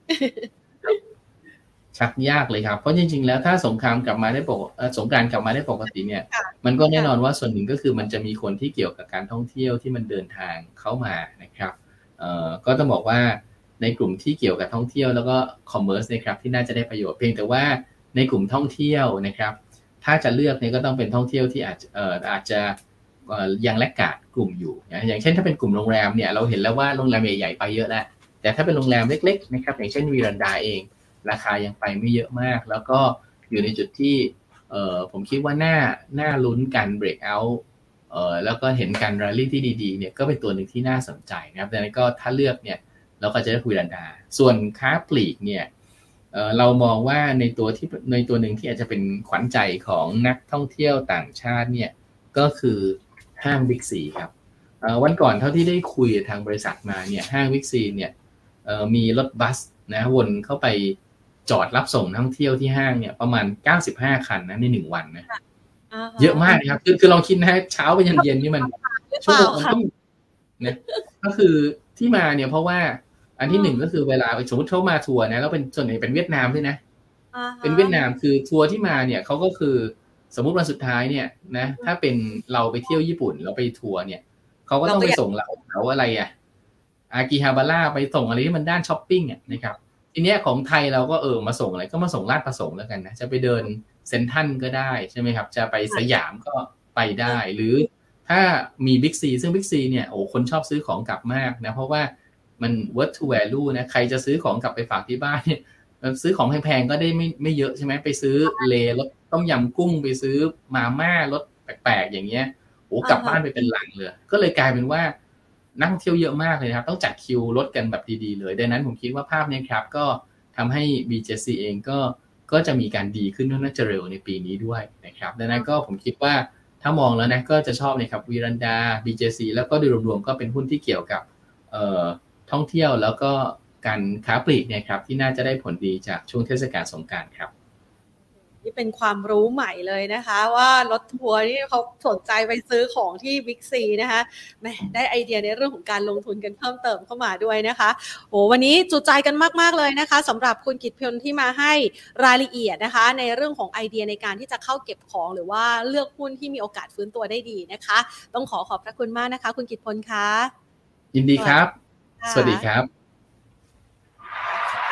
ชักยากเลยครับเพราะจริงๆแล้วถ้าสงครามกลับมาได้ปกสงกรานต์กลับมาได้ปกติเนี่ยมันก็แน่นอนว่าส่วนหนึ่งก็คือมันจะมีคนที่เกี่ยวกับการท่องเที่ยวที่มันเดินทางเข้ามานะครับเอ่อก็ต้องบอกว่าในกลุ่มที่เกี่ยวกับท่องเที่ยวแล้วก็คอมเมอร์สนะครับที่น่าจะได้ประโยชน์เพียงแต่ว่าในกลุ่มท่องเที่ยวนะครับถ้าจะเลือกเนี่ยก็ต้องเป็นท่องเที่ยวที่อาจเอ่ออาจจะยังแลกขาดกลุ่มอยู่อย่างเช่นถ้าเป็นกลุ่มโรงแรมเนี่ยเราเห็นแล้วว่าโรงแรมใหญ่ๆไปเยอะแล้วแต่ถ้าเป็นโรงแรมเล็กๆนะครับอย่างเช่นวีรันดาเองราคายังไปไม่เยอะมากแล้วก็อยู่ในจุดที่เอ่อผมคิดว่าน่าน่าลุ้นการเบรกเอาท์เอ่อแล้วก็เห็นการแรลลี่ที่ดีๆเนี่ยก็เป็นตัวหนึ่งที่น่าสนใจนะครับดังนั้นก็ถ้าเลือกเนี่ยเราก็จะได้คุยรันดาส่วนค้าปลีกเนี่ยเอ่อเรามองว่าในตัวที่ในตัวหนึ่งที่อาจจะเป็นขวัญใจของนักท่องเที่ยวต่างชาติเนี่ยก็คือห้างบิ๊กซีครับเอ่อวันก่อนเท่าที่ได้คุยทางบริษัทมาเนี่ยห้างบิ๊กซีเนี่ยเอ่อมีรถบัสนะวนเข้าไปจอดรับส่งนักท่องเที่ยวที่ห้างเนี่ยประมาณเก้าสิบห้าคันนะในหนึ่งวันนะเยอะมากนะครับคือคือลองคิดนะเช้าไปยันเย็นนี่มันชั่วโมงมันต้องนะก็คือที่มาเนี่ยเพราะว่าอันที่หนึ่งก็คือเวลาสมมติเขามาทัวร์นะแล้วเป็นส่วนใหญ่เป็นเวียดนามด้วยนะเป็นเวียดนามคือทัวร์ที่มาเนี่ยเขาก็คือสมมุติวันสุดท้ายเนี่ยนะถ้าเป็นเราไปเที่ยวญี่ปุ่นเราไปทัวร์เนี่ยเขาก็ต้องไปส่งเราเขาอะไรอ่ะอากิฮาบาร่าไปส่งอะไรที่มันด้านช้อปปิ้งอ่ะนะครับทีเนี้ยของไทยเราก็เออมาส่งอะไรก็มาส่งลาดประสงค์แล้วกันนะจะไปเดินเซ็นทรัลก็ได้ใช่ไหมครับจะไปสยามก็ไปได้หรือถ้ามีบิ๊กซีซึ่งบิ๊กซีเนี่ยโอ้คนชอบซื้อของกลับมากนะเพราะว่ามัน worth to value นะใครจะซื้อของกลับไปฝากที่บ้านเนี่ยซื้อของแพงๆก็ได้ไม่ไม่เยอะใช่ไหมไปซื้อเลรสต้มยำกุ้งไปซื้อมาม่ารสแปลกๆอย่างเงี้ยโอ้กลับบ้านไปเป็นหลังเลยก็เลยกลายเป็นว่านั่งเที่ยวเยอะมากเลยครับต้องจัดคิวรถกันแบบดีๆเลยดังนั้นผมคิดว่าภาพนี้ครับก็ทำให้ บี เจ ซี เองก็ก็จะมีการดีขึ้นน่าจะเร็วในปีนี้ด้วยนะครับดังนั้นก็ผมคิดว่าถ้ามองแล้วนะก็จะชอบนะครับวีรันดา บี เจ ซี แล้วก็โดยรวมๆก็เป็นหุ้นที่เกี่ยวกับเอ่อท่องเที่ยวแล้วก็การค้าปลีกเนี่ยครับที่น่าจะได้ผลดีจากช่วงเทศกาลสงกรานต์ครับ
นี่เป็นความรู้ใหม่เลยนะคะว่ารถทัวร์นี่เขาสนใจไปซื้อของที่บิ๊กซีนะคะแม่ได้ไอเดียในเรื่องของการลงทุนกันเพิ่มเติมเข้ามาด้วยนะคะโอ้วันนี้จุใจกันมากๆเลยนะคะสำหรับคุณกิตพลที่มาให้รายละเอียดนะคะในเรื่องของไอเดียในการที่จะเข้าเก็บของหรือว่าเลือกหุ้นที่มีโอกาสฟื้นตัวได้ดีนะคะต้องขอขอบพระคุณมากนะคะคุณกิตพลคะ
ยินดีครับสวัสดีครับ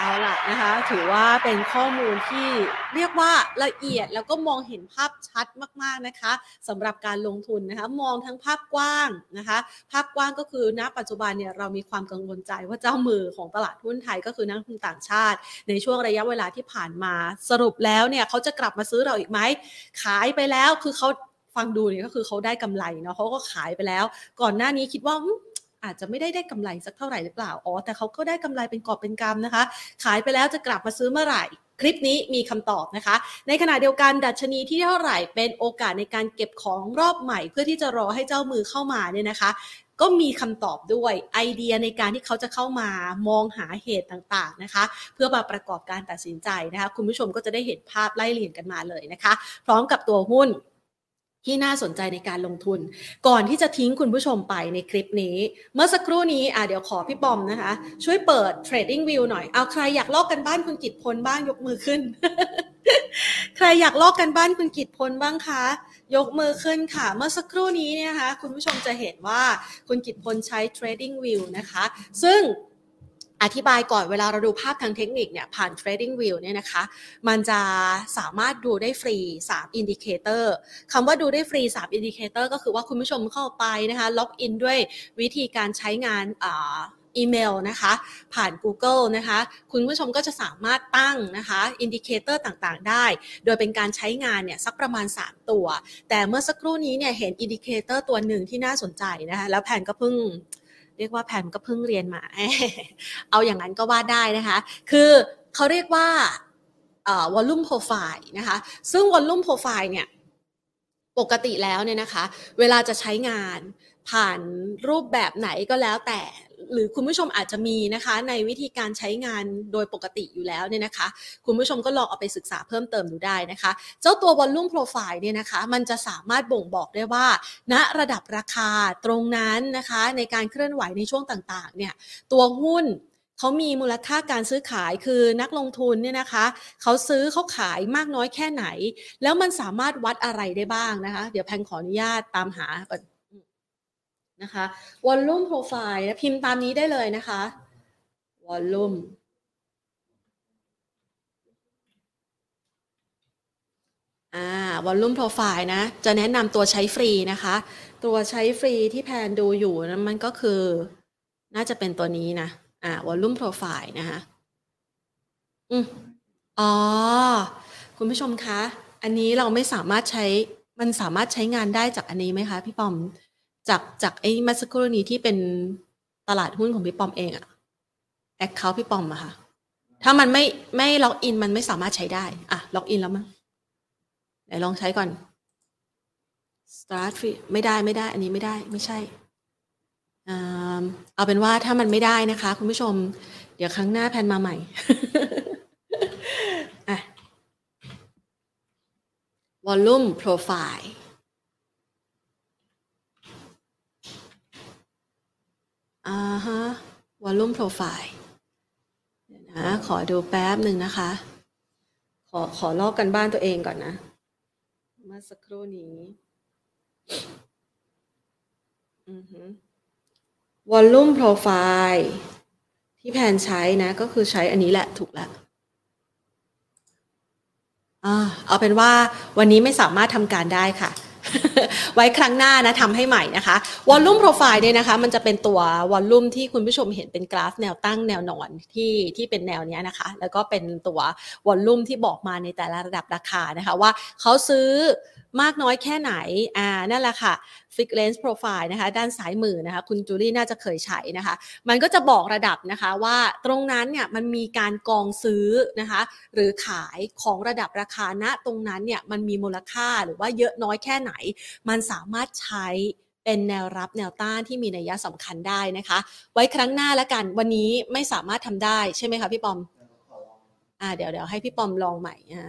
เอาล่ะนะคะถือว่าเป็นข้อมูลที่เรียกว่าละเอียดแล้วก็มองเห็นภาพชัดมากๆนะคะสำหรับการลงทุนนะคะมองทั้งภาพกว้างนะคะภาพกว้างก็คือณปัจจุบันเนี่ยเรามีความกังวลใจว่าเจ้ามือของตลาดหุ้นไทยก็คือนักลงทุนต่างชาติในช่วงระยะเวลาที่ผ่านมาสรุปแล้วเนี่ยเขาจะกลับมาซื้อเราอีกไหมขายไปแล้วคือเขาฟังดูเนี่ยก็คือเขาได้กำไรเนาะเขาก็ขายไปแล้วก่อนหน้านี้คิดว่าอาจจะไม่ได้ได้กำไรสักเท่าไหร่หรือเปล่าอ๋อแต่เขาก็ได้กำไรเป็นกอบเป็นกำนะคะขายไปแล้วจะกลับมาซื้อเมื่อไหร่คลิปนี้มีคำตอบนะคะในขณะเดียวกันดัชนีที่เท่าไหร่เป็นโอกาสในการเก็บของรอบใหม่เพื่อที่จะรอให้เจ้ามือเข้ามาเนี่ยนะคะก็มีคำตอบด้วยไอเดียในการที่เขาจะเข้ามามองหาเหตุต่างๆนะคะเพื่อมาประกอบการตัดสินใจนะคะคุณผู้ชมก็จะได้เห็นภาพไล่เรียงกันมาเลยนะคะพร้อมกับตัวหุ้นที่น่าสนใจในการลงทุนก่อนที่จะทิ้งคุณผู้ชมไปในคลิปนี้เมื่อสักครู่นี้อ่ะเดี๋ยวขอพี่ปอมนะคะช่วยเปิด Trading View หน่อยเอาใครอยากลอกกันบ้านคุณกิตพลบ้างยกมือขึ้น ใครอยากลอกกันบ้านคุณกิตพลบ้างคะยกมือขึ้นค่ะเมื่อสักครู่นี้เนี่ยนะคะคุณผู้ชมจะเห็นว่าคุณกิตพลใช้ Trading View นะคะซึ่งอธิบายก่อนเวลาเราดูภาพทางเทคนิคเนี่ยผ่าน Trading View เนี่ยนะคะมันจะสามารถดูได้ฟรีสามอินดิเคเตอร์คำว่าดูได้ฟรีสามอินดิเคเตอร์ก็คือว่าคุณผู้ชมเข้าไปนะคะล็อกอินด้วยวิธีการใช้งานอ่าอีเมลนะคะผ่าน Google นะคะคุณผู้ชมก็จะสามารถตั้งนะคะอินดิเคเตอร์ต่างๆได้โดยเป็นการใช้งานเนี่ยสักประมาณสามตัวแต่เมื่อสักครู่นี้เนี่ยเห็นอินดิเคเตอร์ตัวหนึ่งที่น่าสนใจนะคะแล้วแผนก็เพิ่งเรียกว่าแผนก็เพิ่งเรียนมา เอาอย่างนั้นก็ว่าได้นะคะคือเขาเรียกว่าเอ่อ volume profile นะคะซึ่ง volume profile เนี่ยปกติแล้วเนี่ยนะคะเวลาจะใช้งานผ่านรูปแบบไหนก็แล้วแต่หรือคุณผู้ชมอาจจะมีนะคะในวิธีการใช้งานโดยปกติอยู่แล้วเนี่ยนะคะคุณผู้ชมก็ลองเอาไปศึกษาเพิ่มเติมดูได้นะคะเจ้าตัว volume profile เนี่ยนะคะมันจะสามารถบ่งบอกได้ว่าณระดับราคาตรงนั้นนะคะในการเคลื่อนไหวในช่วงต่างๆเนี่ยตัวหุ้นเขามีมูลค่าการซื้อขายคือนักลงทุนเนี่ยนะคะเขาซื้อเขาขายมากน้อยแค่ไหนแล้วมันสามารถวัดอะไรได้บ้างนะคะเดี๋ยวแพนขออนุญาตตามหาก่อนนะคะ volume profile พิมพ์ตามนี้ได้เลยนะคะ volume อ่า volume profile นะจะแนะนำตัวใช้ฟรีนะคะตัวใช้ฟรีที่แพนดูอยู่นะมันก็คือน่าจะเป็นตัวนี้นะอ่า volume profile นะคะอืมอ๋อคุณผู้ชมคะอันนี้เราไม่สามารถใช้มันสามารถใช้งานได้จากอันนี้ไหมคะพี่ปอมจากจากไอ้เมื่อสักครู่นี้ที่เป็นตลาดหุ้นของพี่ปอมเองอะแอคเคาท์พี่ปอมอะค่ะถ้ามันไม่ไม่ล็อกอินมันไม่สามารถใช้ได้อะล็อกอินแล้วมั้งไหนลองใช้ก่อน start free ไม่ได้ไม่ได้อันนี้ไม่ได้ไม่ใช่เอาเป็นว่าถ้ามันไม่ได้นะคะคุณผู้ชมเดี๋ยวครั้งหน้าแพนมาใหม่ อ่ะ volume profile อ่าฮะ volume profile เดี๋ยวนะขอดูแป๊บหนึ่งนะคะขอขอลอกกันบ้านตัวเองก่อนนะเมื่อสักครู่นี้อือฮึ volume profile ที่แพนใช้นะก็คือใช้อันนี้แหละถูกแล้วอ่าเอาเป็นว่าวันนี้ไม่สามารถทำการได้ค่ะ ไว้ครั้งหน้านะทำให้ใหม่นะคะ volume profile เนี่ยนะคะมันจะเป็นตัว volume ที่คุณผู้ชมเห็นเป็นกราฟแนวตั้งแนวนอนที่ที่เป็นแนวนี้นะคะแล้วก็เป็นตัว volume ที่บอกมาในแต่ละระดับราคานะคะว่าเขาซื้อมากน้อยแค่ไหนอ่านั่นแหละค่ะ fixed range profile นะคะด้านซ้ายมือนะคะคุณจูลี่น่าจะเคยใช้นะคะมันก็จะบอกระดับนะคะว่าตรงนั้นเนี่ยมันมีการกองซื้อนะคะหรือขายของระดับราคาณตรงนั้นเนี่ยมันมีมูลค่าหรือว่าเยอะน้อยแค่ไหนมันสามารถใช้เป็นแนวรับแนวต้านที่มีนัยสำคัญได้นะคะไว้ครั้งหน้าแล้วกันวันนี้ไม่สามารถทำได้ใช่ไหมคะพี่ปอมอ่าเดี๋ยวเดี๋ยวให้พี่ปอมลองใหม่นะ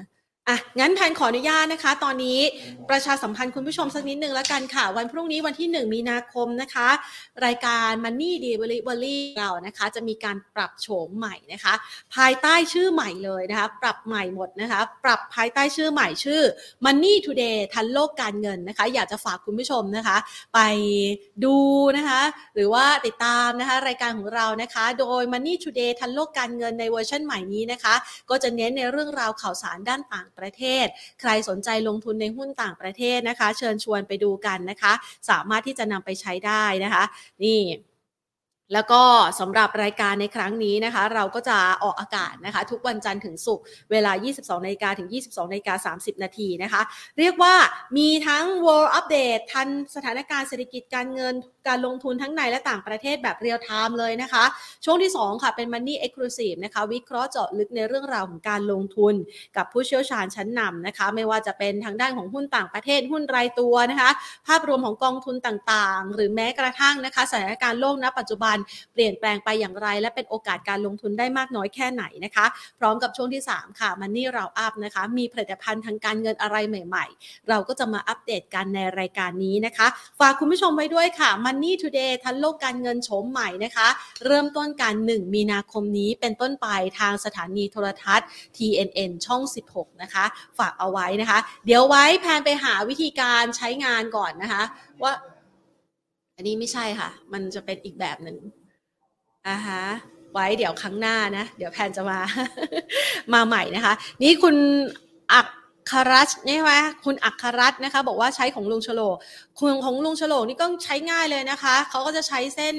อ่ะงั้นแพนขออนุญาตนะคะตอนนี้ประชาสัมพันธ์คุณผู้ชมสักนิดนึงแล้วกันค่ะวันพรุ่งนี้วันที่หนึ่งมีนาคมนะคะรายการ Money Delivery เรานะคะจะมีการปรับโฉมใหม่นะคะภายใต้ชื่อใหม่เลยนะคะปรับใหม่หมดนะคะปรับภายใต้ชื่อใหม่ชื่อ Money Today ทันโลกการเงินนะคะอยากจะฝากคุณผู้ชมนะคะไปดูนะคะหรือว่าติดตามนะคะรายการของเรานะคะโดย Money Today ทันโลกการเงินในเวอร์ชันใหม่นี้นะคะก็จะเน้นในเรื่องราวข่าวสารด้านต่างประเทศใครสนใจลงทุนในหุ้นต่างประเทศนะคะเชิญชวนไปดูกันนะคะสามารถที่จะนำไปใช้ได้นะคะนี่แล้วก็สำหรับรายการในครั้งนี้นะคะเราก็จะออกอากาศนะคะทุกวันจันทร์ถึงศุกร์เวลา ยี่สิบสองนาฬิกา ถึง ยี่สิบสองนาฬิกาสามสิบนาทีนะคะเรียกว่ามีทั้ง World Update ทันสถานการณ์เศรษฐกิจการเงินการลงทุนทั้งในและต่างประเทศแบบเรียลไทม์เลยนะคะช่วงที่สองค่ะเป็น Money Exclusive นะคะวิเคราะห์เจาะลึกในเรื่องราวของการลงทุนกับผู้เชี่ยวชาญชั้นนำนะคะไม่ว่าจะเป็นทางด้านของหุ้นต่างประเทศหุ้นรายตัวนะคะภาพรวมของกองทุนต่างๆหรือแม้กระทั่งนะคะสถานการณ์โลกณปัจจุบันเปลี่ยนแปลงไปอย่างไรและเป็นโอกาสการลงทุนได้มากน้อยแค่ไหนนะคะพร้อมกับช่วงที่สามค่ะ Money Round Up นะคะมีผลิตภัณฑ์ทางการเงินอะไรใหม่ๆเราก็จะมาอัปเดตกันในรายการนี้นะคะฝากคุณผู้ชมไว้ด้วยค่ะ Money Today ทันโลกการเงินโฉมใหม่นะคะเริ่มต้นกันหนึ่งมีนาคมนี้เป็นต้นไปทางสถานีโทรทัศน์ ที เอ็น เอ็น ช่องสิบหกนะคะฝากเอาไว้นะคะเดี๋ยวไว้แพนไปหาวิธีการใช้งานก่อนนะคะว่าอันนี้ไม่ใช่ค่ะมันจะเป็นอีกแบบหนึ่งอ่าฮะไว้เดี๋ยวครั้งหน้านะเดี๋ยวแพนจะมา มาใหม่นะคะนี่คุณอักครัชใช่ไหมคุณอักครัชนะคะบอกว่าใช้ของลุงฉลกคุณของลุงฉลกนี่ก็ใช้ง่ายเลยนะคะเขาก็จะใช้เส้น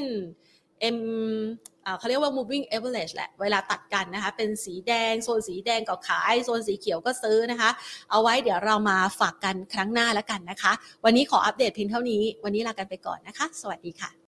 M เขาเรียกว่า moving average แหละเวลาตัดกันนะคะเป็นสีแดงโซนสีแดงก็ขายโซนสีเขียวก็ซื้อนะคะเอาไว้เดี๋ยวเรามาฝากกันครั้งหน้าแล้วกันนะคะวันนี้ขออัปเดตเพียงเท่านี้วันนี้ลากันไปก่อนนะคะสวัสดีค่ะ